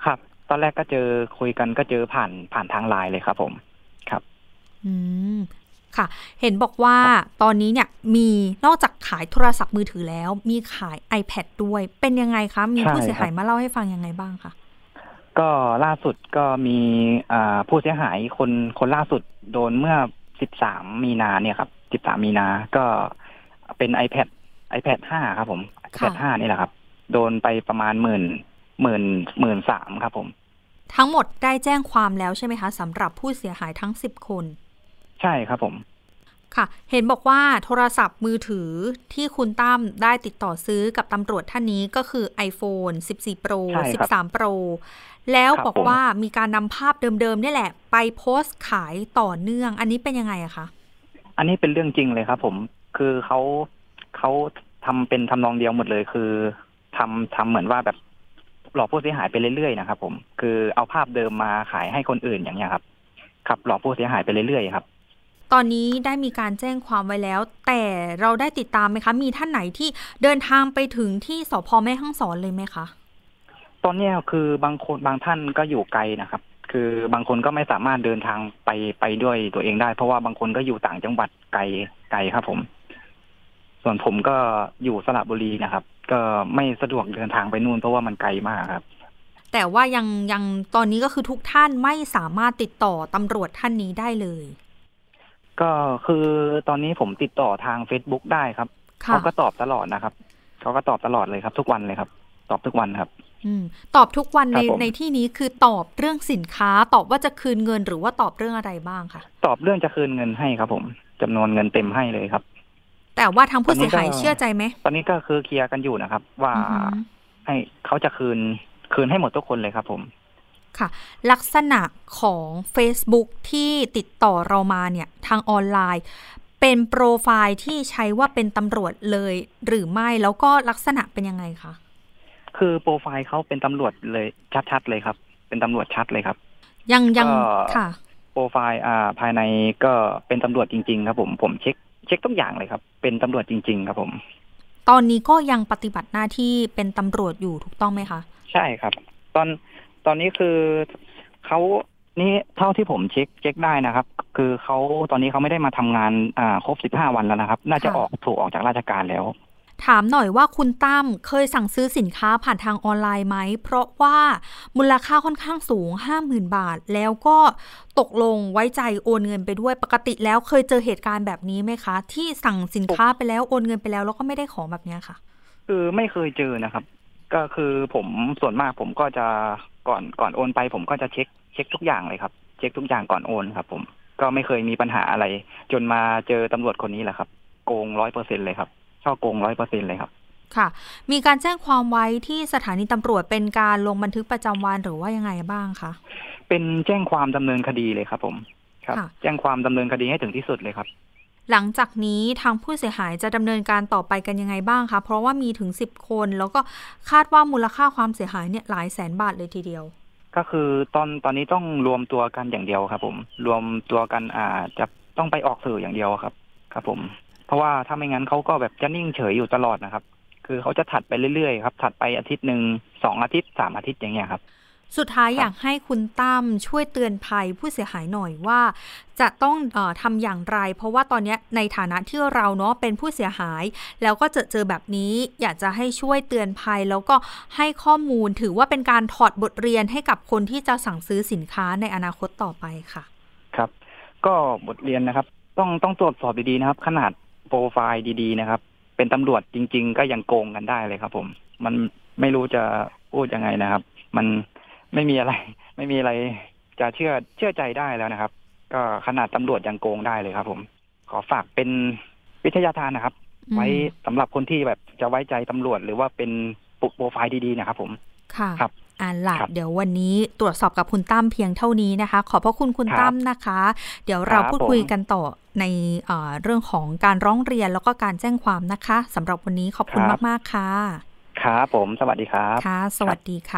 ตอนแรกก็เจอคุยกันก็เจอผ่านผ่านทางไลน์เลยครับผมครับอืมค่ะเห็นบอกว่าตอนนี้เนี่ยมีนอกจากขายโทรศัพท์มือถือแล้วมีขาย iPad ด้วยเป็นยังไงคะมีผู้เสียหายมาเล่าให้ฟังยังไงบ้างคะก็ล่าสุดก็มีผู้เสียหายคนคนล่าสุดโดนเมื่อสิบสามมีนาเนี่ยครับสิบสามมีนาก็เป็น iPad iPad ห้าครับผม iPad ห้านี่แหละครับโดนไปประมาณหมื่นหมื่นหมื่นสามครับผมทั้งหมดได้แจ้งความแล้วใช่ไหมคะสำหรับผู้เสียหายทั้งสิบคนใช่ครับผมค่ะเห็นบอกว่าโทรศัพท์มือถือที่คุณตั้มได้ติดต่อซื้อกับตำรวจท่านนี้ก็คือ iPhone สิบสี่ Pro สิบสาม Pro แล้วบอกว่ามีการนำภาพเดิมๆนี่แหละไปโพสต์ขายต่อเนื่องอันนี้เป็นยังไงอะคะอันนี้เป็นเรื่องจริงเลยครับผมคือเขาเขาทำเป็นทำนองเดียวหมดเลยคือทำทำเหมือนว่าแบบหลอกผู้เสียหายไปเรื่อยๆนะครับผมคือเอาภาพเดิมมาขายให้คนอื่นอย่างเงี้ยครับครับหลอกผู้เสียหายไปเรื่อยๆครับตอนนี้ได้มีการแจ้งความไว้แล้วแต่เราได้ติดตามไหมคะมีท่านไหนที่เดินทางไปถึงที่สภ.แม่ฮ่องสอนเลยไหมคะตอนนี้คือบางคนบางท่านก็อยู่ไกลนะครับคือบางคนก็ไม่สามารถเดินทางไปไปด้วยตัวเองได้เพราะว่าบางคนก็อยู่ต่างจังหวัดไกลไกลครับผมส่วนผมก็อยู่สระบุรีนะครับก็ไม่สะดวกเดินทางไปนู่นเพราะว่ามันไกลมากครับแต่ว่ายังยังตอนนี้ก็คือทุกท่านไม่สามารถติดต่อตำรวจท่านนี้ได้เลยก็คือตอนนี้ผมติดต่อทาง Facebook ได้ครับเขาก็ตอบตลอดนะครับเขาก็ตอบตลอดเลยครับทุกวันเลยครับตอบทุกวันครับอืมตอบทุกวันในในที่นี้คือตอบเรื่องสินค้าตอบว่าจะคืนเงินหรือว่าตอบเรื่องอะไรบ้างคะตอบเรื่องจะคืนเงินให้ครับผมจำนวนเงินเต็มให้เลยครับแต่ว่าทางผู้เสียหายเชื่อใจไหมตอนนี้ก็คือเคลียร์กันอยู่นะครับว่าให้เขาจะคืนคืนให้หมดทุกคนเลยครับผมค่ะลักษณะของ Facebook ที่ติดต่อเรามาเนี่ยทางออนไลน์เป็นโปรไฟล์ที่ใช้ว่าเป็นตำรวจเลยหรือไม่แล้วก็ลักษณะเป็นยังไงคะคือโปรไฟล์เขาเป็นตำรวจเลยชัดๆเลยครับเป็นตำรวจชัดเลยครับยังยังค่ะโปรไฟล์อ่าภายในก็เป็นตำรวจจริงๆครับผมผมเช็คเช็คทุกอย่างเลยครับเป็นตำรวจจริงๆครับผมตอนนี้ก็ยังปฏิบัติหน้าที่เป็นตำรวจอยู่ถูกต้องไหมคะใช่ครับตอนตอนนี้คือเขานี่เท่าที่ผมเช็คเช็คได้นะครับคือเขาตอนนี้เขาไม่ได้มาทำงานอ่าครบสิบห้าวันแล้วนะครับน่าจะออกถูกออกจากราชการแล้วถามหน่อยว่าคุณตั้มเคยสั่งซื้อสินค้าผ่านทางออนไลน์ไหมเพราะว่ามูลค่าค่อนข้างสูง ห้าหมื่น บาทแล้วก็ตกลงไว้ใจโอนเงินไปด้วยปกติแล้วเคยเจอเหตุการณ์แบบนี้ไหมคะที่สั่งสินค้าไปแล้วโอนเงินไปแล้วแล้วก็ไม่ได้ของแบบนี้ค่ะคือไม่เคยเจอนะครับก็คือผมส่วนมากผมก็จะก่อนก่อนโอนไปผมก็จะเช็คเช็คทุกอย่างเลยครับเช็คทุกอย่างก่อนโอนครับผมก็ไม่เคยมีปัญหาอะไรจนมาเจอตำรวจคนนี้แหละครับโกง ร้อยเปอร์เซ็นต์ เลยครับช่อโกง ร้อยเปอร์เซ็นต์ เลยครับค่ะมีการแจ้งความไว้ที่สถานีตำรวจเป็นการลงบันทึกประจำวันหรือว่ายังไงบ้างคะเป็นแจ้งความดำเนินคดีเลยครับผมครับแจ้งความดำเนินคดีให้ถึงที่สุดเลยครับหลังจากนี้ทางผู้เสียหายจะดำเนินการต่อไปกันยังไงบ้างคะเพราะว่ามีถึงสิบคนแล้วก็คาดว่ามูลค่าความเสียหายเนี่ยหลายแสนบาทเลยทีเดียวก็คือตอนตอนนี้ต้องรวมตัวกันอย่างเดียวครับผมรวมตัวกันอ่าจะต้องไปออกสื่ออย่างเดียวครับครับผมเพราะว่าถ้าไม่งั้นเขาก็แบบจะนิ่งเฉยอยู่ตลอดนะครับคือเขาจะถัดไปเรื่อยๆครับถัดไปอาทิตย์นึงสองอาทิตย์สามอาทิตย์อย่างเงี้ยครับสุดท้ายอยากให้คุณตั้มช่วยเตือนภัยผู้เสียหายหน่อยว่าจะต้องเอ่อทำอย่างไรเพราะว่าตอนนี้ในฐานะที่เราเนาะเป็นผู้เสียหายแล้วก็เจอเจอแบบนี้อยากจะให้ช่วยเตือนภัยแล้วก็ให้ข้อมูลถือว่าเป็นการถอดบทเรียนให้กับคนที่จะสั่งซื้อสินค้าในอนาคตต่อไปค่ะครับก็บทเรียนนะครับต้องต้องตรวจสอบดีๆนะครับขนาดโปรไฟล์ดีๆนะครับเป็นตำรวจจริงๆก็ยังโกงกันได้เลยครับผมมันไม่รู้จะพูดยังไงนะครับมันไม่มีอะไรไม่มีอะไรจะเชื่อเชื่อใจได้แล้วนะครับก็ขนาดตำรวจยังโกงได้เลยครับผมขอฝากเป็นวิทยาทานนะครับไว้สำหรับคนที่แบบจะไว้ใจตำรวจหรือว่าเป็นโปรไฟล์ดีๆนะครับผมค่ะครับอ่าล่ะเดี๋ยววันนี้ตรวจสอบกับคุณตั้มเพียงเท่านี้นะคะขอบพระคุณคุณตั้มนะคะเดี๋ยวเราพูดคุยกันต่อในเอ่อเรื่องของการร้องเรียนแล้วก็การแจ้งความนะคะสำหรับวันนี้ขอบคุณมากๆค่ะครับผมสวัสดีครับค่ะสวัสดีค่ะ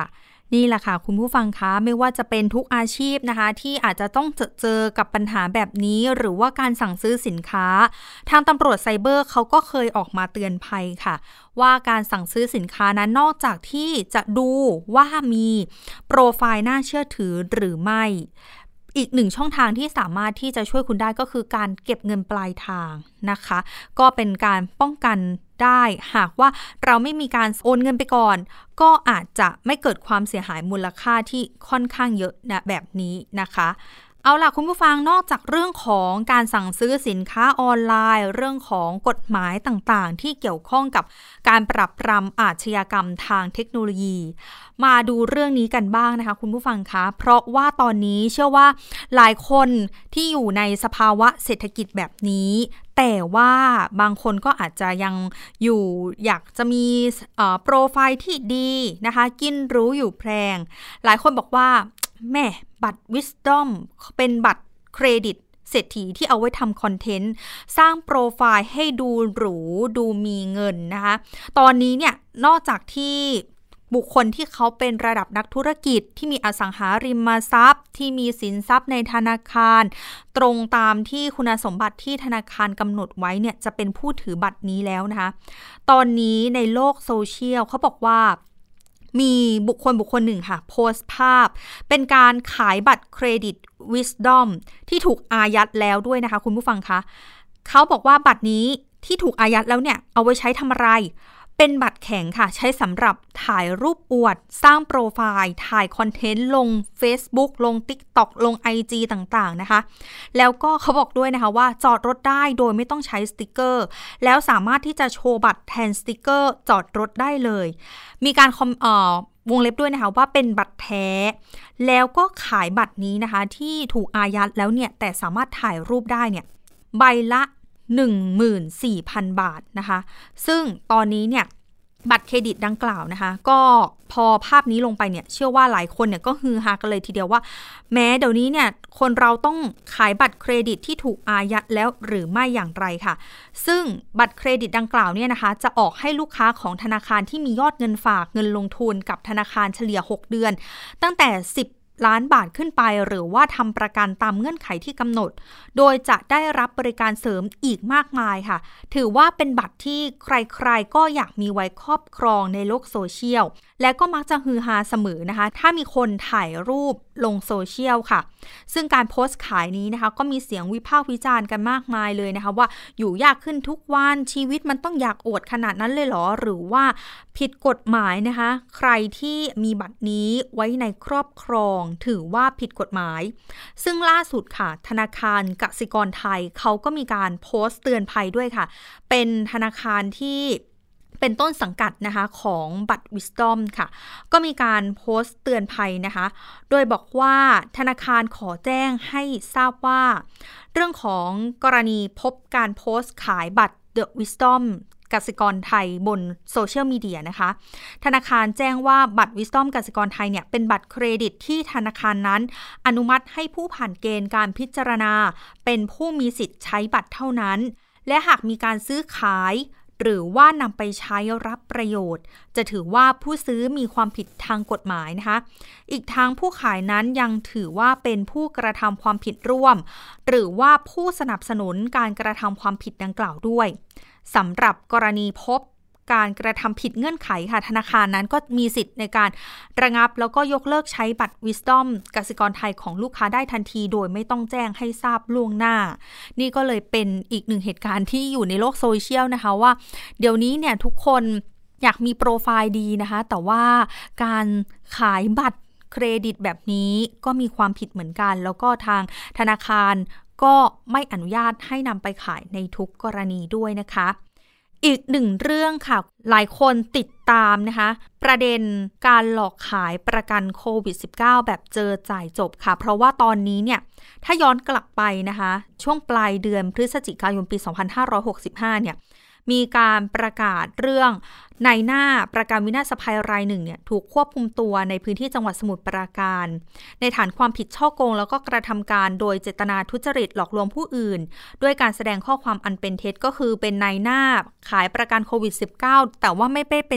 นี่แหละค่ะคุณผู้ฟังคะไม่ว่าจะเป็นทุกอาชีพนะคะที่อาจจะต้องเจอเจอกับปัญหาแบบนี้หรือว่าการสั่งซื้อสินค้าทางตำรวจไซเบอร์เขาก็เคยออกมาเตือนภัยค่ะว่าการสั่งซื้อสินค้านั้นนอกจากที่จะดูว่ามีโปรไฟล์น่าเชื่อถือหรือไม่อีกหนึ่งช่องทางที่สามารถที่จะช่วยคุณได้ก็คือการเก็บเงินปลายทางนะคะก็เป็นการป้องกันได้หากว่าเราไม่มีการโอนเงินไปก่อนก็อาจจะไม่เกิดความเสียหายมูลค่าที่ค่อนข้างเยอะนะแบบนี้นะคะเอาล่ะคุณผู้ฟังนอกจากเรื่องของการสั่งซื้อสินค้าออนไลน์เรื่องของกฎหมายต่างๆที่เกี่ยวข้องกับการปราบปรามอาชญากรรมทางเทคโนโลยีมาดูเรื่องนี้กันบ้างนะคะคุณผู้ฟังคะเพราะว่าตอนนี้เชื่อว่าหลายคนที่อยู่ในสภาวะเศรษฐกิจแบบนี้แต่ว่าบางคนก็อาจจะยังอยู่อยากจะมีโปรไฟล์ที่ดีนะคะกินหรูอยู่แพงหลายคนบอกว่าแม่บัตร Wisdom เป็นบัตรเครดิตเศรษฐีที่เอาไว้ทำคอนเทนต์สร้างโปรไฟล์ให้ดูหรูดูมีเงินนะคะตอนนี้เนี่ยนอกจากที่บุคคลที่เขาเป็นระดับนักธุรกิจที่มีอสังหาริมทรัพย์ที่มีสินทรัพย์ในธนาคารตรงตามที่คุณสมบัติที่ธนาคารกำหนดไว้เนี่ยจะเป็นผู้ถือบัตรนี้แล้วนะคะตอนนี้ในโลกโซเชียลเขาบอกว่ามีบุคคลบุคคลหนึ่งค่ะโพสต์ภาพเป็นการขายบัตรเครดิต Wisdom ที่ถูกอายัดแล้วด้วยนะคะคุณผู้ฟังคะเขาบอกว่าบัตรนี้ที่ถูกอายัดแล้วเนี่ยเอาไว้ใช้ทำอะไรเป็นบัตรแข็งค่ะใช้สำหรับถ่ายรูปอวดสร้างโปรไฟล์ถ่ายคอนเทนต์ลง Facebook ลง TikTok ลง ไอ จี ต่างๆนะคะแล้วก็เขาบอกด้วยนะคะว่าจอดรถได้โดยไม่ต้องใช้สติกเกอร์แล้วสามารถที่จะโชว์บัตรแทนสติกเกอร์จอดรถได้เลยมีการคอมเอ่อวงเล็บด้วยนะคะว่าเป็นบัตรแท้แล้วก็ขายบัตรนี้นะคะที่ถูกอายัดแล้วเนี่ยแต่สามารถถ่ายรูปได้เนี่ยใบละหนึ่งหมื่นสี่พัน บาทนะคะซึ่งตอนนี้เนี่ยบัตรเครดิตดังกล่าวนะคะก็พอภาพนี้ลงไปเนี่ยเชื่อว่าหลายคนเนี่ยก็ฮือฮากันเลยทีเดียวว่าแม้เดี๋ยวนี้เนี่ยคนเราต้องขายบัตรเครดิตที่ถูกอายัดแล้วหรือไม่อย่างไรค่ะซึ่งบัตรเครดิตดังกล่าวเนี่ยนะคะจะออกให้ลูกค้าของธนาคารที่มียอดเงินฝากเงินลงทุนกับธนาคารเฉลี่ยหกเดือนตั้งแต่สิบล้านบาทขึ้นไปหรือว่าทำประกันตามเงื่อนไขที่กำหนดโดยจะได้รับบริการเสริมอีกมากมายค่ะถือว่าเป็นบัตรที่ใครๆก็อยากมีไว้ครอบครองในโลกโซเชียลและก็มักจะฮือฮาเสมอนะคะถ้ามีคนถ่ายรูปลงโซเชียลค่ะซึ่งการโพสต์ขายนี้นะคะก็มีเสียงวิพากษ์วิจารณ์กันมากมายเลยนะคะว่าอยู่ยากขึ้นทุกวันชีวิตมันต้องอยากอวดขนาดนั้นเลยเหรอหรือว่าผิดกฎหมายนะคะใครที่มีบัตรนี้ไว้ในครอบครองถือว่าผิดกฎหมายซึ่งล่าสุดค่ะธนาคารกสิกรไทยเขาก็มีการโพสต์เตือนภัยด้วยค่ะเป็นธนาคารที่เป็นต้นสังกัดนะคะของบัตร Wisdom ค่ะก็มีการโพสต์เตือนภัยนะคะโดยบอกว่าธนาคารขอแจ้งให้ทราบว่าเรื่องของกรณีพบการโพสต์ขายบัตร The Wisdom กสิกรไทยบนโซเชียลมีเดียนะคะธนาคารแจ้งว่าบัตร Wisdom กสิกรไทยเนี่ยเป็นบัตรเครดิตที่ธนาคารนั้นอนุมัติให้ผู้ผ่านเกณฑ์การพิจารณาเป็นผู้มีสิทธิ์ใช้บัตรเท่านั้นและหากมีการซื้อขายหรือว่านำไปใช้รับประโยชน์จะถือว่าผู้ซื้อมีความผิดทางกฎหมายนะคะอีกทั้งผู้ขายนั้นยังถือว่าเป็นผู้กระทำความผิดร่วมหรือว่าผู้สนับสนุนการกระทำความผิดดังกล่าวด้วยสำหรับกรณีพบการกระทำผิดเงื่อนไขค่ะธนาคารนั้นก็มีสิทธิ์ในการระงับแล้วก็ยกเลิกใช้บัตร Wisdom กสิกรไทยของลูกค้าได้ทันทีโดยไม่ต้องแจ้งให้ทราบล่วงหน้านี่ก็เลยเป็นอีกหนึ่งเหตุการณ์ที่อยู่ในโลกโซเชียลนะคะว่าเดี๋ยวนี้เนี่ยทุกคนอยากมีโปรไฟล์ดีนะคะแต่ว่าการขายบัตรเครดิตแบบนี้ก็มีความผิดเหมือนกันแล้วก็ทางธนาคารก็ไม่อนุญาตให้นำไปขายในทุกกรณีด้วยนะคะอีกหนึ่งเรื่องค่ะหลายคนติดตามนะคะประเด็นการหลอกขายประกันโควิด สิบเก้า แบบเจอจ่ายจบค่ะเพราะว่าตอนนี้เนี่ยถ้าย้อนกลับไปนะคะช่วงปลายเดือนพฤศจิกายนปีสองพันห้าร้อยหกสิบห้าเนี่ยมีการประกาศเรื่องนายหน้าประกันวินาศภัยรายหนึ่งเนี่ยถูกควบคุมตัวในพื้นที่จังหวัดสมุทรปราการในฐานความผิดฉ้อโกงแล้วก็กระทำการโดยเจตนาทุจริตหลอกลวงผู้อื่นด้วยการแสดงข้อความอันเป็นเท็จก็คือเป็นนายหน้าขายประกันโควิด สิบเก้า แต่ว่าไม่ได้เป็น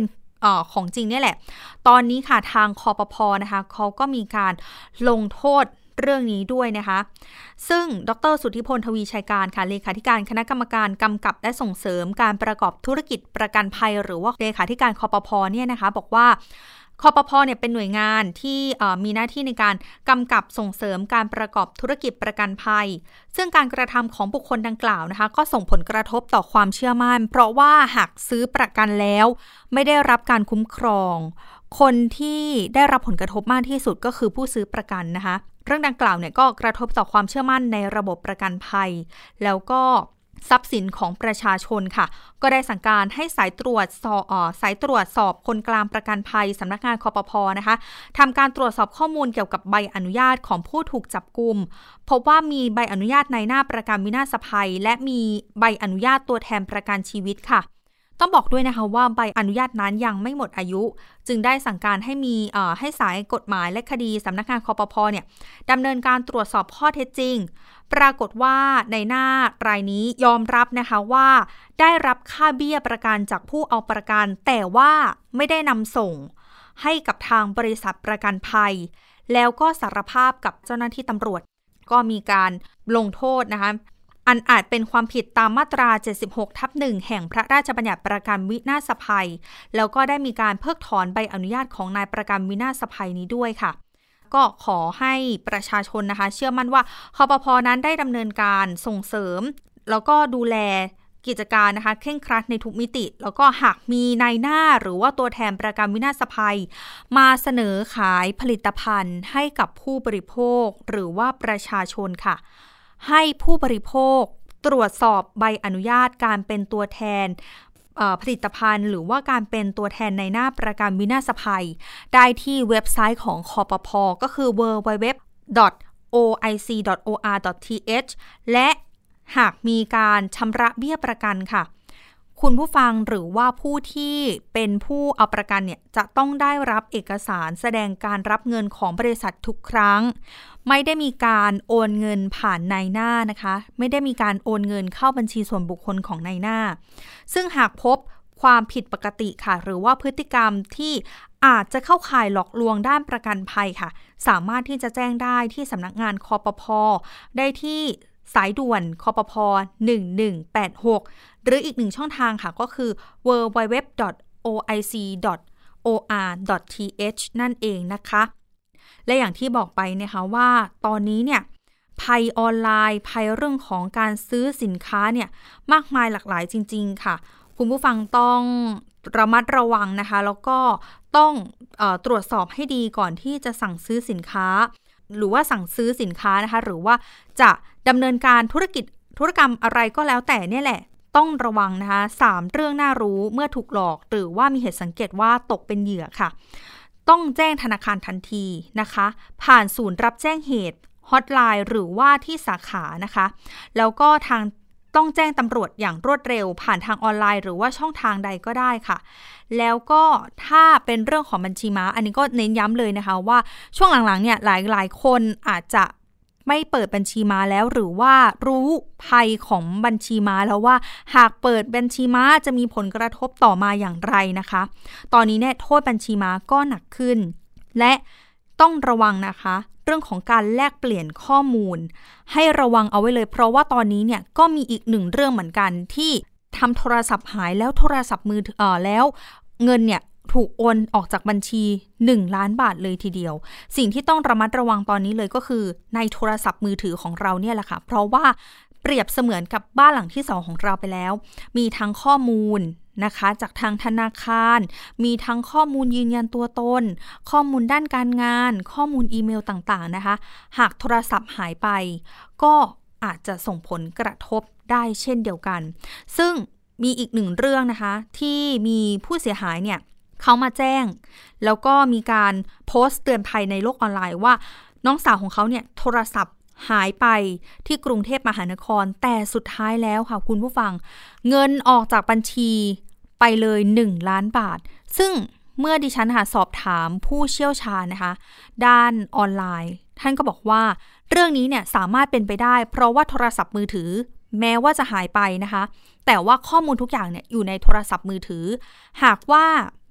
เอ่อของจริงเนี่ยแหละตอนนี้ค่ะทางคปภ.นะคะเขาก็มีการลงโทษเรื่องนี้ด้วยนะคะซึ่งดร.สุทธิพลทวีชัยการค่ะเลขาธิการคณะกรรมการกำกับและส่งเสริมการประกอบธุรกิจประกันภัยหรือว่าเลขาธิการคปภ.เนี่ยนะคะบอกว่าคปภ.เนี่ยเป็นหน่วยงานที่มีหน้าที่ในการกำกับส่งเสริมการประกอบธุรกิจประกันภัยซึ่งการกระทำของบุคคลดังกล่าวนะคะก็ส่งผลกระทบต่อความเชื่อมั่นเพราะว่าหากซื้อประกันแล้วไม่ได้รับการคุ้มครองคนที่ได้รับผลกระทบมากที่สุดก็คือผู้ซื้อประกันนะคะเรื่องดังกล่าวเนี่ยก็กระทบต่อความเชื่อมั่นในระบบประกันภัยแล้วก็ทรัพย์สินของประชาชนค่ะก็ได้สั่งการให้สายตรวจสอบอสายตรวจสอบคนกลางประกันภัยสำนักงานคปภ.นะคะทำการตรวจสอบข้อมูลเกี่ยวกับใบอนุญาตของผู้ถูกจับกุมพบว่ามีใบอนุญาตในหน้าประกันวินาศภัยและมีใบอนุญาตตัวแทนประกันชีวิตค่ะต้องบอกด้วยนะคะว่าใบอนุญาตนั้นยังไม่หมดอายุจึงได้สั่งการให้มีเอ่อให้สายกฎหมายและคดีสำนักงานคปภ.เนี่ยดำเนินการตรวจสอบข้อเท็จจริงปรากฏว่าในหน้ารายนี้ยอมรับนะคะว่าได้รับค่าเบี้ยประกันจากผู้เอาประกันแต่ว่าไม่ได้นำส่งให้กับทางบริษัทประกันภัยแล้วก็สารภาพกับเจ้าหน้าที่ตำรวจก็มีการลงโทษนะคะอันอาจเป็นความผิดตามมาตรา เจ็ดสิบหกทับหนึ่ง แห่งพระราชบัญญัติประกันวินาศภัยแล้วก็ได้มีการเพิกถอนใบอนุญาตของนายประกันวินาศภัยนี้ด้วยค่ะก็ขอให้ประชาชนนะคะเชื่อมั่นว่าคปภ.นั้นได้ดำเนินการส่งเสริมแล้วก็ดูแลกิจการนะคะเคร่งครัดในทุกมิติแล้วก็หากมีนายหน้าหรือว่าตัวแทนประกันวินาศภัยมาเสนอขายผลิตภัณฑ์ให้กับผู้บริโภคหรือว่าประชาชนค่ะให้ผู้บริโภคตรวจสอบใบอนุญาตการเป็นตัวแทนผลิตภัณฑ์หรือว่าการเป็นตัวแทนในหน้าประกันวินาศภัยได้ที่เว็บไซต์ของคปภ.ก็คือ ดับเบิลยู ดับเบิลยู ดับเบิลยู ดอท โอ ไอ ซี ดอท โอ อาร์ ดอท ที เอช และหากมีการชำระเบี้ยประกันค่ะคุณผู้ฟังหรือว่าผู้ที่เป็นผู้เอาประกันเนี่ยจะต้องได้รับเอกสารแสดงการรับเงินของบริษัททุกครั้งไม่ได้มีการโอนเงินผ่านนายหน้านะคะไม่ได้มีการโอนเงินเข้าบัญชีส่วนบุคคลของนายหน้าซึ่งหากพบความผิดปกติค่ะหรือว่าพฤติกรรมที่อาจจะเข้าข่ายหลอกลวงด้านประกันภัยค่ะสามารถที่จะแจ้งได้ที่สำนักงานคปภ.ได้ที่สายด่วนคปภ.หนึ่งหนึ่งแปดหกหรืออีกหนึ่งช่องทางค่ะก็คือ ดับเบิลยู ดับเบิลยู ดับเบิลยู ดอท โอ ไอ ซี ดอท โอ อาร์ ดอท ที เอช นั่นเองนะคะและอย่างที่บอกไปนะคะว่าตอนนี้เนี่ยภัยออนไลน์ภัยเรื่องของการซื้อสินค้าเนี่ยมากมายหลากหลายจริงๆค่ะคุณผู้ฟังต้องระมัดระวังนะคะแล้วก็ต้องเอ่อตรวจสอบให้ดีก่อนที่จะสั่งซื้อสินค้าหรือว่าสั่งซื้อสินค้านะคะหรือว่าจะดำเนินการธุรกิจธุรกรรมอะไรก็แล้วแต่เนี่ยแหละต้องระวังนะคะสามเรื่องน่ารู้เมื่อถูกหลอกหรือว่ามีเหตุสังเกตว่าตกเป็นเหยื่อค่ะต้องแจ้งธนาคารทันทีนะคะผ่านศูนย์รับแจ้งเหตุฮอตไลน์หรือว่าที่สาขานะคะแล้วก็ทางต้องแจ้งตำรวจอย่างรวดเร็วผ่านทางออนไลน์หรือว่าช่องทางใดก็ได้ค่ะแล้วก็ถ้าเป็นเรื่องของบัญชีม้าอันนี้ก็เน้นย้ำเลยนะคะว่าช่วงหลังๆเนี่ยหลายๆคนอาจจะไม่เปิดบัญชีม้าแล้วหรือว่ารู้ภัยของบัญชีม้าแล้วว่าหากเปิดบัญชีม้าจะมีผลกระทบต่อมาอย่างไรนะคะตอนนี้เนี่ยโทษบัญชีม้าก็หนักขึ้นและต้องระวังนะคะเรื่องของการแลกเปลี่ยนข้อมูลให้ระวังเอาไว้เลยเพราะว่าตอนนี้เนี่ยก็มีอีกหนึ่งเรื่องเหมือนกันที่ทำโทรศัพท์หายแล้วโทรศัพท์มือถือเอ่อแล้วเงินเนี่ยถูกโอนออกจากบัญชีหนึ่งล้านบาทเลยทีเดียวสิ่งที่ต้องระมัดระวังตอนนี้เลยก็คือในโทรศัพท์มือถือของเราเนี่ยแหละค่ะเพราะว่าเปรียบเสมือนกับบ้านหลังที่สองของเราไปแล้วมีทั้งข้อมูลนะคะจากทางธนาคารมีทั้งข้อมูลยืนยันตัวตนข้อมูลด้านการงานข้อมูลอีเมลต่างๆนะคะหากโทรศัพท์หายไปก็อาจจะส่งผลกระทบได้เช่นเดียวกันซึ่งมีอีกหนึ่งเรื่องนะคะที่มีผู้เสียหายเนี่ยเขามาแจ้งแล้วก็มีการโพสต์เตือนภัยในโลกออนไลน์ว่าน้องสาวของเขาเนี่ยโทรศัพท์หายไปที่กรุงเทพมหานครแต่สุดท้ายแล้วค่ะคุณผู้ฟังเงินออกจากบัญชีไปเลยหนึ่งล้านบาทซึ่งเมื่อดิฉันหาสอบถามผู้เชี่ยวชาญนะคะด้านออนไลน์ท่านก็บอกว่าเรื่องนี้เนี่ยสามารถเป็นไปได้เพราะว่าโทรศัพท์มือถือแม้ว่าจะหายไปนะคะแต่ว่าข้อมูลทุกอย่างเนี่ยอยู่ในโทรศัพท์มือถือหากว่า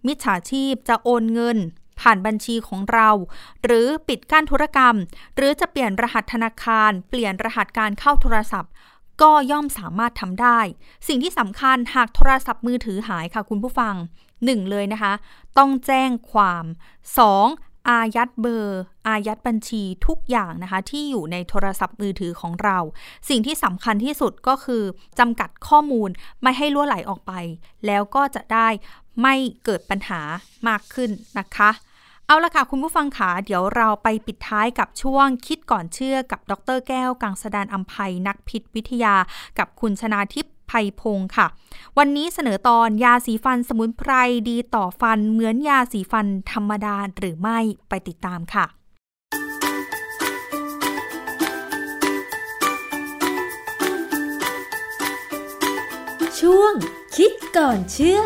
มิจฉาชีพจะโอนเงินผ่านบัญชีของเราหรือปิดกั้นธุรกรรมหรือจะเปลี่ยนรหัสธนาคารเปลี่ยนรหัสการเข้าโทรศัพท์ก็ย่อมสามารถทำได้สิ่งที่สำคัญหากโทรศัพท์มือถือหายค่ะคุณผู้ฟังหนึ่งเลยนะคะต้องแจ้งความสองอายัดเบอร์อายัดบัญชีทุกอย่างนะคะที่อยู่ในโทรศัพท์มือถือของเราสิ่งที่สำคัญที่สุดก็คือจำกัดข้อมูลไม่ให้รั่วไหลออกไปแล้วก็จะได้ไม่เกิดปัญหามากขึ้นนะคะเอาละค่ะคุณผู้ฟังค่ะเดี๋ยวเราไปปิดท้ายกับช่วงคิดก่อนเชื่อกับดร.แก้วกังสดาลอำไพนักพิษวิทยากับคุณชนาทิพย์ไพพงศ์ค่ะวันนี้เสนอตอนยาสีฟันสมุนไพรดีต่อฟันเหมือนยาสีฟันธรรมดาหรือไม่ไปติดตามค่ะช่วงคิดก่อนเชื่อ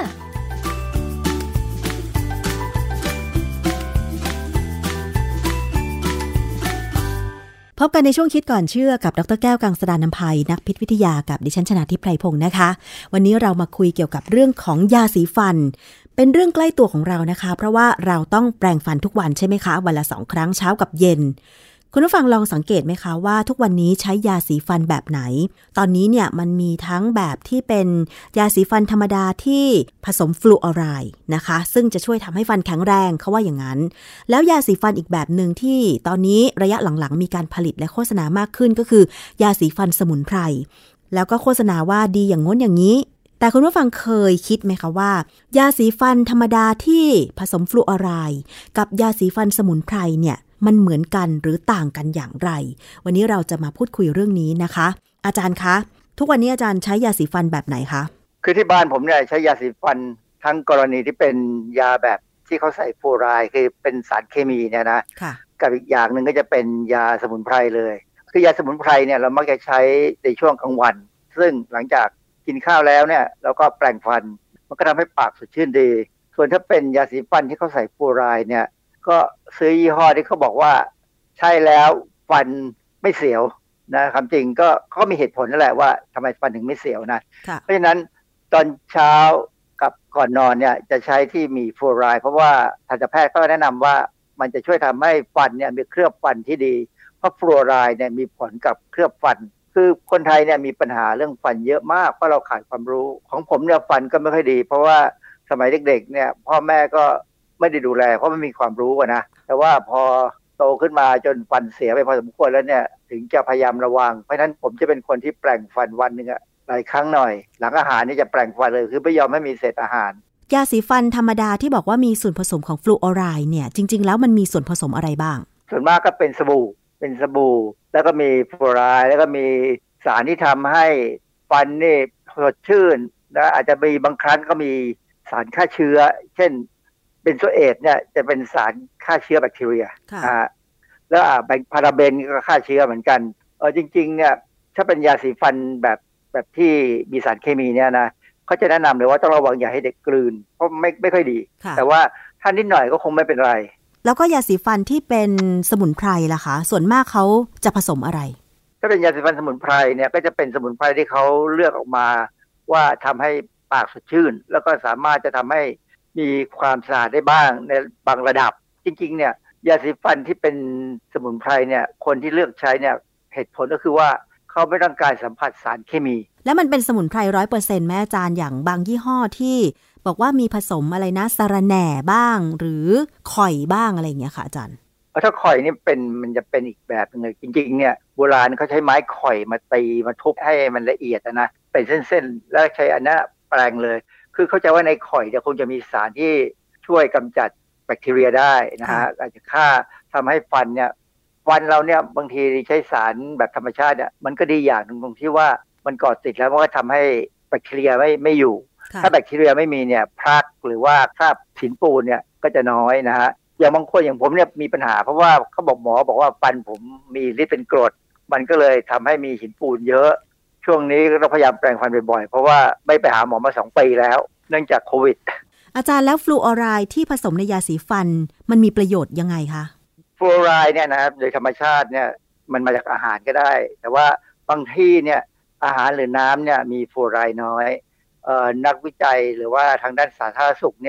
พบกันในช่วงคิดก่อนเชื่อกับดร.แก้วกังสดาลอำไพนักพิษวิทยากับดิฉันชนาทิพย์ไพพงศ์นะคะวันนี้เรามาคุยเกี่ยวกับเรื่องของยาสีฟันเป็นเรื่องใกล้ตัวของเรานะคะเพราะว่าเราต้องแปรงฟันทุกวันใช่ไหมคะวันละสองครั้งเช้ากับเย็นคุณผู้ฟังลองสังเกตไหมคะว่าทุกวันนี้ใช้ยาสีฟันแบบไหนตอนนี้เนี่ยมันมีทั้งแบบที่เป็นยาสีฟันธรรมดาที่ผสมฟลูออไรด์นะคะซึ่งจะช่วยทำให้ฟันแข็งแรงเขาว่าอย่างนั้นแล้วยาสีฟันอีกแบบนึงที่ตอนนี้ระยะหลังๆมีการผลิตและโฆษณามากขึ้นก็คือยาสีฟันสมุนไพรแล้วก็โฆษณาว่าดีอย่างง้นอย่างนี้แต่คุณผู้ฟังเคยคิดไหมคะว่ายาสีฟันธรรมดาที่ผสมฟลูออไรด์กับยาสีฟันสมุนไพรเนี่ยมันเหมือนกันหรือต่างกันอย่างไรวันนี้เราจะมาพูดคุยเรื่องนี้นะคะอาจารย์คะทุกวันนี้อาจารย์ใช้ยาสีฟันแบบไหนคะคือที่บ้านผมเนี่ยใช้ยาสีฟันทั้งกรณีที่เป็นยาแบบที่เขาใส่ฟลูออไรด์คือเป็นสารเคมีเนี่ยนะกับอีกอย่างหนึ่งก็จะเป็นยาสมุนไพรเลยคือยาสมุนไพรเนี่ยเรามักจะใช้ในช่วงกลางวันซึ่งหลังจากกินข้าวแล้วเนี่ยเราก็แปรงฟันมันก็ทำให้ปากสดชื่นดีส่วนถ้าเป็นยาสีฟันที่เขาใส่ฟลูออไรด์เนี่ยก็ซื้อยี่ห้อที่เขาบอกว่าใช่แล้วฟันไม่เสียวนะคำจริงก็เขามีเหตุผลนั่นแหละว่าทำไมฟันถึงไม่เสียวนะเพราะฉะนั้นตอนเช้ากับก่อนนอนเนี่ยจะใช้ที่มีฟลูออไรด์เพราะว่าทันตแพทย์ก็แนะนำว่ามันจะช่วยทำให้ฟันเนี่ยมีเคลือบฟันที่ดีเพราะฟลูออไรด์เนี่ยมีผลกับเคลือบฟันคือคนไทยเนี่ยมีปัญหาเรื่องฟันเยอะมากเพราะเราขาดความรู้ของผมเนี่ยฟันก็ไม่ค่อยดีเพราะว่าสมัยเด็กๆเนี่ยพ่อแม่ก็ไม่ได้ดูแลเพราะไม่มีความรู้นะแต่ว่าพอโตขึ้นมาจนฟันเสียไปพอสมควรแล้วเนี่ยถึงจะพยายามระวังเพราะฉะนั้นผมจะเป็นคนที่แปรงฟันวันนึงอะหลายครั้งหน่อยหลังอาหารนี่จะแปรงฟันเลยคือไม่ยอมให้มีเศษอาหารยาสีฟันธรรมดาที่บอกว่ามีส่วนผสมของฟลูออไรด์เนี่ยจริงๆแล้วมันมีส่วนผสมอะไรบ้างส่วนมากก็เป็นสบู่เป็นสบู่แล้วก็มีฟลูออไรด์แล้วก็มีสารที่ทำให้ฟันนี่สดชื่นและอาจจะมีบางครั้งก็มีสารฆ่าเชื้อเช่นเบนโซเอทเนี่ยจะเป็นสารฆ่าเชื้อแบคทีเรียอ่าแล้วอ่าพาราเบนก็ฆ่าเชื้อเหมือนกันเออจริงๆเนี่ยถ้าเป็นยาสีฟันแบบแบบที่มีสารเคมีเนี่ยนะเขาจะแนะนำเลยว่าต้องระวังอย่าให้เด็กกลืนเพราะไม่ไม่ค่อยดีแต่ว่าถ้านิดหน่อยก็คงไม่เป็นไรแล้วก็ยาสีฟันที่เป็นสมุนไพรล่ะคะส่วนมากเขาจะผสมอะไรถ้าเป็นยาสีฟันสมุนไพรเนี่ยก็จะเป็นสมุนไพรที่เขาเลือกออกมาว่าทำให้ปากสดชื่นแล้วก็สามารถจะทำให้มีความสะอาดได้บ้างในบางระดับจริงๆเนี่ยยาสีฟันที่เป็นสมุนไพรเนี่ยคนที่เลือกใช้เนี่ยเหตุผลก็คือว่าเขาไม่ต้องการสัมผัสสารเคมีแล้วมันเป็นสมุนไพร ร้อยเปอร์เซ็นต์ แม่อาจารย์อย่างบางยี่ห้อที่บอกว่ามีผสมอะไรนะสะระแหน่บ้างหรือข่อยบ้างอะไรอย่างเงี้ยค่ะอาจารย์ถ้าข่อยนี่เป็นมันจะเป็นอีกแบบนึงเลยจริงๆเนี่ยโบราณเขาใช้ไม้ข่อยมาตีมาทุบให้มันละเอียดนะเป็นเส้นๆแล้วใช้อันนั้นแปรงเลยคือเข้าใจว่าในข่อยเนี่ยคงจะมีสารที่ช่วยกำจัดแบคทีเรียได้นะฮะอาจจะฆ่าทำให้ฟันเนี่ยฟันเราเนี่ยบางทีใช้สารแบบธรรมชาติเนี่ยมันก็ดีอย่างนึงตรงที่ว่ามันก่อติดแล้วมันก็ทำให้แบคทีเรียไม่ไม่อยู่ถ้าแบคทีเรียไม่มีเนี่ยพรากหรือว่าคราบหินปูนเนี่ยก็จะน้อยนะฮะอย่างบางคนอย่างผมเนี่ยมีปัญหาเพราะว่าเขาบอกหมอบอกว่าฟันผมมีฤทธิ์เป็นกรดมันก็เลยทำให้มีหินปูนเยอะช่วงนี้เราพยายามแปรงฟันบ่อยๆเพราะว่าไม่ไปหาหมอมาสองปีแล้วเนื่องจากโควิดอาจารย์แล้วฟลูออไรด์ที่ผสมในยาสีฟันมันมีประโยชน์ยังไงคะฟลูออไรด์เนี่ยนะครับโดยธรรมชาติเนี่ยมันมาจากอาหารก็ได้แต่ว่าบางที่เนี่ยอาหารหรือน้ำเนี่ยมีฟลูออไรด์น้อยเอ่อนักวิจัยหรือว่าทางด้านสาธารณสุขเนี่ยเ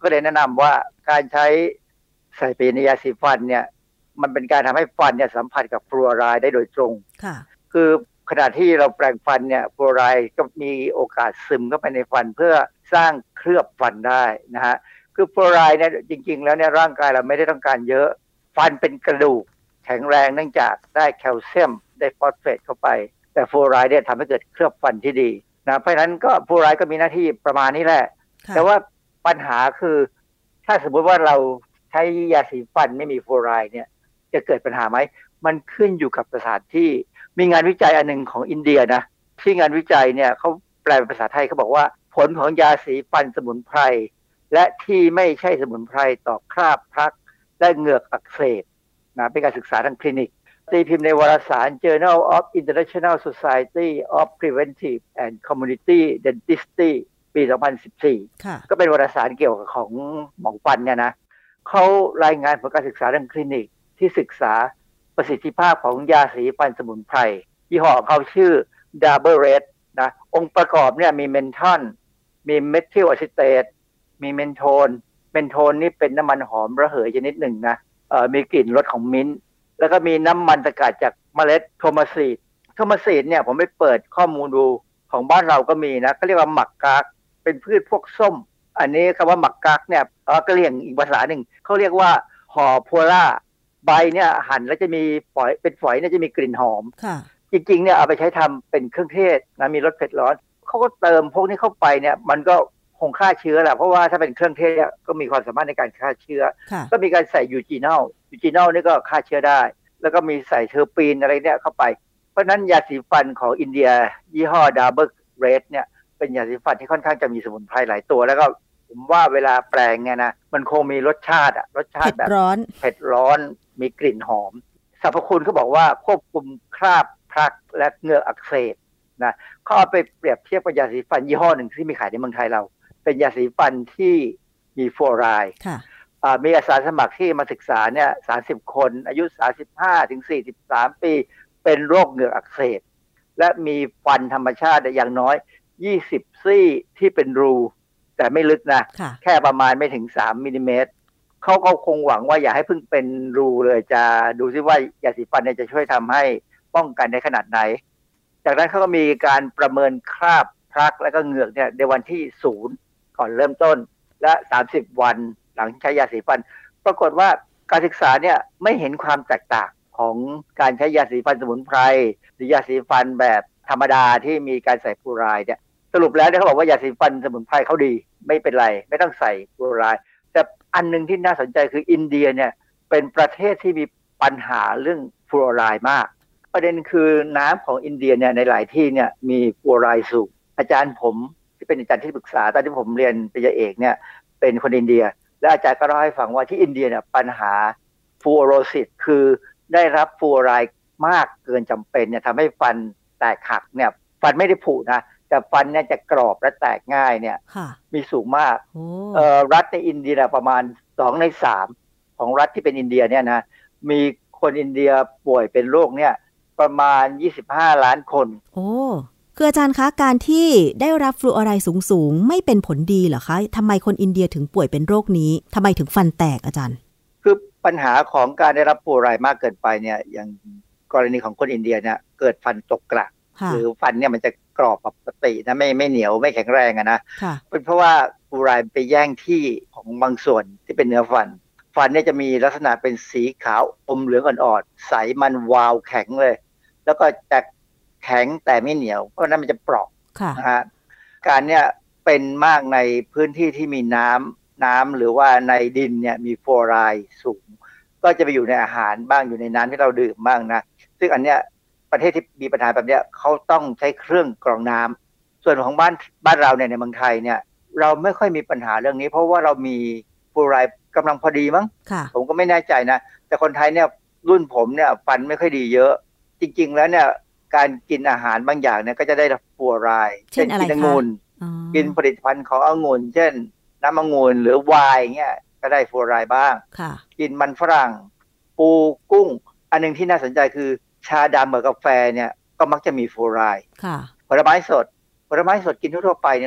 ก็เลยแนะนำว่าการใช้ไซปีนในยาสีฟันเนี่ยมันเป็นการทำให้ฟันเนี่ยสัมผัสกับฟลูออไรด์ได้โดยตรงค่ะคือขณะที่เราแปรงฟันเนี่ยฟลูออไรด์ก็มีโอกาสซึมเข้าไปในฟันเพื่อสร้างเคลือบฟันได้นะฮะคือฟลูออไรด์เนี่ยจริงๆแล้วเนี่ยร่างกายเราไม่ได้ต้องการเยอะฟันเป็นกระดูกแข็งแรงเนื่องจากได้แคลเซียมได้ฟอสเฟตเข้าไปแต่ฟลูออไรด์เนี่ยทำให้เกิดเคลือบฟันที่ดีนะเพราะฉะนั้นก็ฟลูออไรด์ก็มีหน้าที่ประมาณนี้แหละแต่ว่าปัญหาคือถ้าสมมติว่าเราใช้ยาสีฟันไม่มีฟลูออไรด์เนี่ยจะเกิดปัญหาไหมมันขึ้นอยู่กับสถานที่มีงานวิจัยอันหนึ่งของอินเดียนะที่งานวิจัยเนี่ยเขาแปลเป็นภาษาไทยเขาบอกว่าผลของยาสีฟันสมุนไพรและที่ไม่ใช่สมุนไพรต่อคราบพลักและเหงือกอักเสบนะเป็นการศึกษาทางคลินิกตีพิมพ์ในวารสาร Journal of International Society of Preventive and Community Dentistry ปี สองพันสิบสี่ ก็เป็นวารสารเกี่ยวกับของหมอฟันเนี่ยนะเขารายงานผลการศึกษาทางคลินิกที่ศึกษาประสิทธิภาพของยาสีฟันสมุนไพรยี่ห้อของเขาชื่อ Double Red นะองค์ประกอบเนี่ยมีเมนทอนมีเมทิลอะซิเตตมีเมนโทนเมนโทนนี่เป็นน้ำมันหอมระเหยชนิดหนึ่งนะเอ่อมีกลิ่นรสของมิ้นท์แล้วก็มีน้ำมันสกัดจากเมล็ดโทมาซีดโทมาซีดเนี่ยผมไปเปิดข้อมูลดูของบ้านเราก็มีนะเขาเรียกว่าหมักกากเป็นพืชพวกส้มอันนี้คำว่าหมักกากเนี่ยเอ่อก็เรียกอีกภาษาหนึ่งเขาเรียกว่าหอพัวล่าใบเนี่ยหั่นแล้วจะมีฝอยเป็นฝอยเนี่ยจะมีกลิ่นหอมจริงๆเนี่ยเอาไปใช้ทำเป็นเครื่องเทศนะมีรสเผ็ดร้อนเขาก็เติมพวกนี้เข้าไปเนี่ยมันก็คงฆ่าเชื้อแหละเพราะว่าถ้าเป็นเครื่องเทศก็มีความสามารถในการฆ่าเชื้อก็มีการใส่ยูจีนอลยูจีนอลนี่ก็ฆ่าเชื้อได้แล้วก็มีใส่เทอร์ปีนอะไรเนี่ยเข้าไปเพราะนั้นยาสีฟันของอินเดียยี่ห้อ Double Red เนี่ยเป็นยาสีฟันที่ค่อนข้างจะมีสมุนไพรหลายตัวแล้วก็ผมว่าเวลาแปลงเนี่ยนะมันคงมีรสชาติอะรสชาติแบบร้อนเผ็ดร้อนมีกลิ่นหอมสรรพคุณเขาบอกว่าควบคุมคราบพลักและเหงือกอักเสบนะเขาเอาไปเปรียบเทียบกับยาสีฟันยี่ห้อหนึ่งที่มีขายในเมืองไทยเราเป็นยาสีฟันที่มีฟลูออไรด์มีอาสาสมัครที่มาศึกษาเนี่ยสามสิบคนอายุสามสิบห้าถึงสี่สิบสามปีเป็นโรคเหงือกอักเสบและมีฟันธรรมชาติอย่างน้อยยี่สิบซี่ที่เป็นรูแต่ไม่ลึกนะแค่ประมาณไม่ถึงสามมิลลิเมตรเขาก็คงหวังว่าอย่าให้เพิ่งเป็นรูเลยจะดูซิว่ายาสีฟันเนี่ยจะช่วยทำให้ป้องกันได้ขนาดไหนจากนั้นเขาก็มีการประเมินคราบพลักและก็เหงือกเนี่ยในวันที่ศูนย์ก่อนเริ่มต้นและสามสิบวันหลังใช้ยาสีฟันปรากฏว่าการศึกษาเนี่ยไม่เห็นความแตกต่างของการใช้ยาสีฟันสมุนไพรหรือยาสีฟันแบบธรรมดาที่มีการใส่ฟลูออไรด์เนี่ยสรุปแล้วเนี่ยเขาบอกว่ายาสีฟันสมุนไพรเขาดีไม่เป็นไรไม่ต้องใส่ฟลูออไรด์แต่อันนึงที่น่าสนใจคืออินเดียเนี่ยเป็นประเทศที่มีปัญหาเรื่องฟลูออไรด์มากประเด็นคือน้ำของอินเดียเนี่ยในหลายที่เนี่ยมีฟลูออไรด์สูงอาจารย์ผมที่เป็นอาจารย์ที่ปรึกษาตอนที่ผมเรียนปริญญาเอกเนี่ยเป็นคนอินเดียและอาจารย์ก็เล่าให้ฟังว่าที่อินเดียเนี่ยปัญหาฟลูออโรซิสคือได้รับฟลูออไรด์มากเกินจำเป็นเนี่ยทำให้ฟันแตกหักเนี่ยฟันไม่ได้ผุนะแต่ฟันเนี่ยจะกรอบและแตกง่ายเนี่ยมีสูงมากเอ่อรัฐในอินเดียประมาณสองในสามของรัฐที่เป็นอินเดียเนี่ยนะมีคนอินเดียป่วยเป็นโรคเนี่ยประมาณยี่สิบห้าล้านคนโอ้คืออาจารย์คะการที่ได้รับฟลูออไรด์สูงๆไม่เป็นผลดีเหรอคะทำไมคนอินเดียถึงป่วยเป็นโรคนี้ทำไมถึงฟันแตกอาจารย์คือปัญหาของการได้รับฟลูออไรด์มากเกินไปเนี่ยอย่างกรณีของคนอินเดียเนี่ยเกิดฟันตกกระหรือฟันเนี่ยมันจะกรอบปกตินะไม่ไม่เหนียวไม่แข็งแรงอะนะเป็นเพราะว่าฟลูออไรด์ไปแย่งที่ของบางส่วนที่เป็นเนื้อฟันฟันเนี่ยจะมีลักษณะเป็นสีขาวอมเหลืองอ่อนๆใสมันวาวแข็งเลยแล้วก็จะแข็งแต่ไม่เหนียวเพราะนั้นมันจะเปราะนะฮะการเนี่ยเป็นมากในพื้นที่ที่มีน้ำน้ำหรือว่าในดินเนี่ยมีฟลูออไรด์สูงก็จะไปอยู่ในอาหารบ้างอยู่ในน้ำที่เราดื่มบ้างนะซึ่งอันเนี้ยประเทศที่มีปัญหาแบบเนี้ยเขาต้องใช้เครื่องกรองน้ำส่วนของบ้านบ้านเราเนี่ยในเมืองไทยเนี่ยเราไม่ค่อยมีปัญหาเรื่องนี้เพราะว่าเรามีฟลูออไรด์กำลังพอดีมั้งผมก็ไม่แน่ใจนะแต่คนไทยเนี่ยรุ่นผมเนี่ยฟันไม่ค่อยดีเยอะจริงๆแล้วเนี่ยการกินอาหารบางอย่างเนี่ยก็จะได้ฟลูออไรด์เช่นกินองุ่นกินผลิตภัณฑ์ขององุ่นเช่นน้ำองุ่นหรือไวน์เงี้ยก็ได้ฟลูออไรด์บ้างกินมันฝรั่งปูกุ้งอันนึงที่น่าสนใจคือชาดำกับกาแฟเนี่ยก็มักจะมีฟลูออไรด์ผลไม้สดผลไม้สดกินทั่วไปนี่แหละ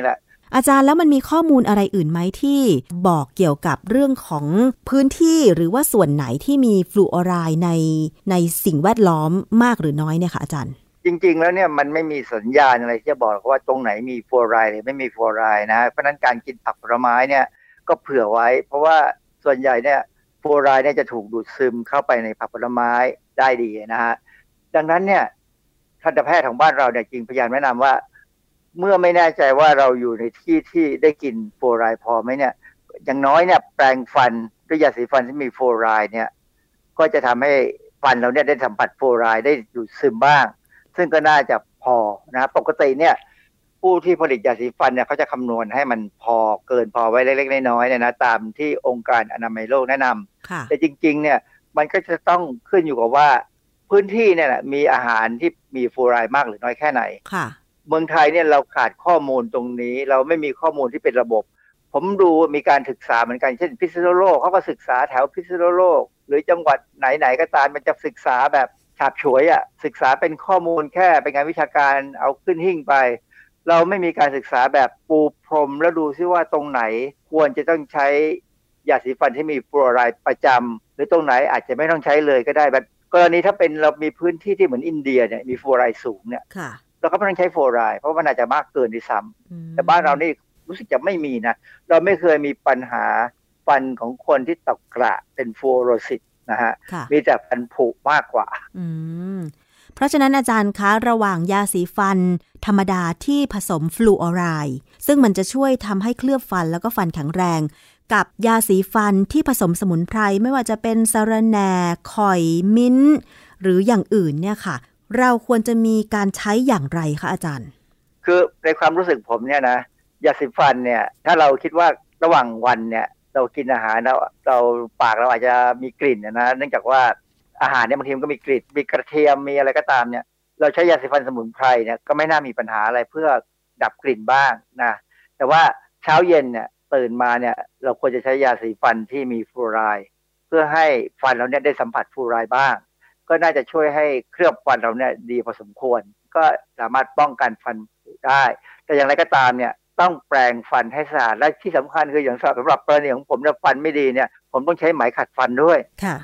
อาจารย์แล้วมันมีข้อมูลอะไรอื่นไหมที่บอกเกี่ยวกับเรื่องของพื้นที่หรือว่าส่วนไหนที่มีฟลูออไรด์ในในสิ่งแวดล้อมมากหรือน้อยเนี่ยค่ะอาจารย์จริงๆแล้วเนี่ยมันไม่มีสัญญาณอะไรที่จะบอกว่าตรงไหนมีฟลูออไรด์หรือไม่มีฟลูออไรด์นะเพราะนั้นการกินผักผลไม้เนี่ยก็เผื่อไว้เพราะว่าส่วนใหญ่เนี่ยฟลูออไรด์เนี่ยจะถูกดูดซึมเข้าไปในผักผลไม้ได้ดีนะฮะดังนั้นเนี่ยทันตแพทย์ของบ้านเราเนี่ยจริงพยายามแนะนำว่าเมื่อไม่แน่ใจว่าเราอยู่ในที่ที่ได้กินฟลูออไรด์พอไหมเนี่ยอย่างน้อยเนี่ยแปรงฟันด้วยยาสีฟันที่มีฟลูออไรด์เนี่ยก็จะทำให้ฟันเราเนี่ยได้สัมผัสฟลูออไรด์ได้ดูดซึมบ้างซึ่งก็น่าจะพอนะปกติเนี่ยผู้ที่ผลิตยาสีฟันเนี่ยเขาจะคำนวณให้มันพอเกินพอไว้เล็กๆน้อยๆเนี่ยนะตามที่องค์การอนามัยโลกแนะนำแต่จริงๆเนี่ยมันก็จะต้องขึ้นอยู่กับว่าพื้นที่เนี่ยมีอาหารที่มีฟลูออไรด์มากหรือน้อยแค่ไหนเมืองไทยเนี่ยเราขาดข้อมูลตรงนี้เราไม่มีข้อมูลที่เป็นระบบผมดูมีการศึกษาเหมือนกันเช่นพิษณุโลกเขาก็ศึกษาแถวพิษณุโลกหรือจังหวัดไหนๆก็ตามมันจะศึกษาแบบฉาบฉวยอ่ะศึกษาเป็นข้อมูลแค่เป็นงานวิชาการเอาขึ้นหิ้งไปเราไม่มีการศึกษาแบบปูพรมแล้วดูซิว่าตรงไหนควรจะต้องใช้ยาสีฟันที่มีฟลูออไรด์ประจำหรือตรงไหนอาจจะไม่ต้องใช้เลยก็ได้แบบกรณีถ้าเป็นเรามีพื้นที่ที่เหมือนอินเดียเนี่ยมีฟลูออไรด์สูงเนี่ยเราก็ไม่ต้องใช้ฟลูออไรด์เพราะมันอาจจะมากเกินด้วยซ้ำแต่บ้านเรานี่รู้สึกจะไม่มีนะเราไม่เคยมีปัญหาฟันของคนที่ตกกระเป็นฟลูออโรซิสนะฮะมีแต่ฟันผุมากกว่าอืมเพราะฉะนั้นอาจารย์คะระหว่างยาสีฟันธรรมดาที่ผสมฟลูออไรด์ซึ่งมันจะช่วยทำให้เคลือบฟันแล้วก็ฟันแข็งแรงกับยาสีฟันที่ผสมสมุนไพรไม่ว่าจะเป็นสะระแหน่ข่อยมิ้นท์หรืออย่างอื่นเนี่ยค่ะเราควรจะมีการใช้อย่างไรคะอาจารย์คือในความรู้สึกผมเนี่ยนะยาสีฟันเนี่ยถ้าเราคิดว่าระหว่างวันเนี่ยเรากินอาหารเราเราปากเราอาจจะมีกลิ่นนะเนื่องจากว่าอาหารเนี่ยบางทีมันก็มีกลิ่นมีกระเทียมมีอะไรก็ตามเนี่ยเราใช้ยาสีฟันสมุนไพรเนี่ยก็ไม่น่ามีปัญหาอะไรเพื่อดับกลิ่นบ้างนะแต่ว่าเช้าเย็นเนี่ยตื่นมาเนี่ยเราควรจะใช้ยาสีฟันที่มีฟลูออไรด์เพื่อให้ฟันเราเนี่ยได้สัมผัสฟลูออไรด์บ้างก็น่าจะช่วยให้เคลือบฟันเราเนี่ยดีพอสมควรก็สามารถป้องกันฟันผุได้แต่อย่างไรก็ตามเนี่ยต้องแปรงฟันให้สะอาดและที่สำคัญคืออย่างสำหรับกรณีของผมเนี่ยฟันไม่ดีเนี่ยผมต้องใช้ไหมขัดฟันด้วยค่ะ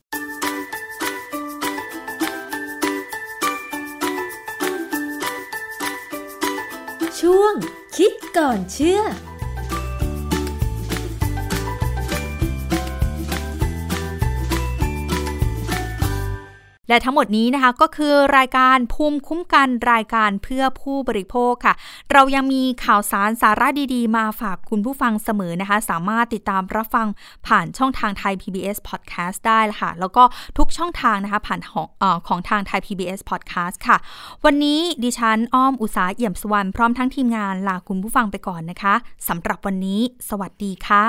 ช่วงคิดก่อนเชื่อและทั้งหมดนี้นะคะก็คือรายการภูมิคุ้มกันรายการเพื่อผู้บริโภคค่ะเรายังมีข่าวสารสาระดีๆมาฝากคุณผู้ฟังเสมอนะคะสามารถติดตามรับฟังผ่านช่องทางไทย พี บี เอส Podcast ได้ค่ะแล้วก็ทุกช่องทางนะคะผ่านของเอ่อของทางไทย พี บี เอส Podcast ค่ะวันนี้ดิฉันอ้อมอุษาเอี่ยมสุวรรณพร้อมทั้งทีมงานลาคุณผู้ฟังไปก่อนนะคะสำหรับวันนี้สวัสดีค่ะ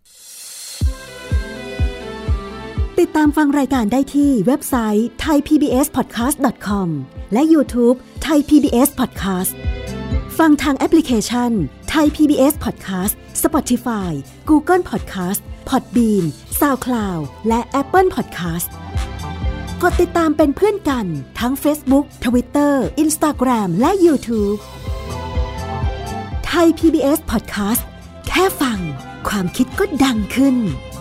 ติดตามฟังรายการได้ที่เว็บไซต์ ไทยพีบีเอสพอดแคสต์ ดอท คอม และ YouTube Thai พี บี เอส Podcast ฟังทางแอปพลิเคชัน Thai พี บี เอส Podcast Spotify Google Podcast Podbean SoundCloud และ Apple Podcast กดติดตามเป็นเพื่อนกันทั้ง Facebook Twitter Instagram และ YouTube Thai พี บี เอส Podcast แค่ฟังความคิดก็ดังขึ้น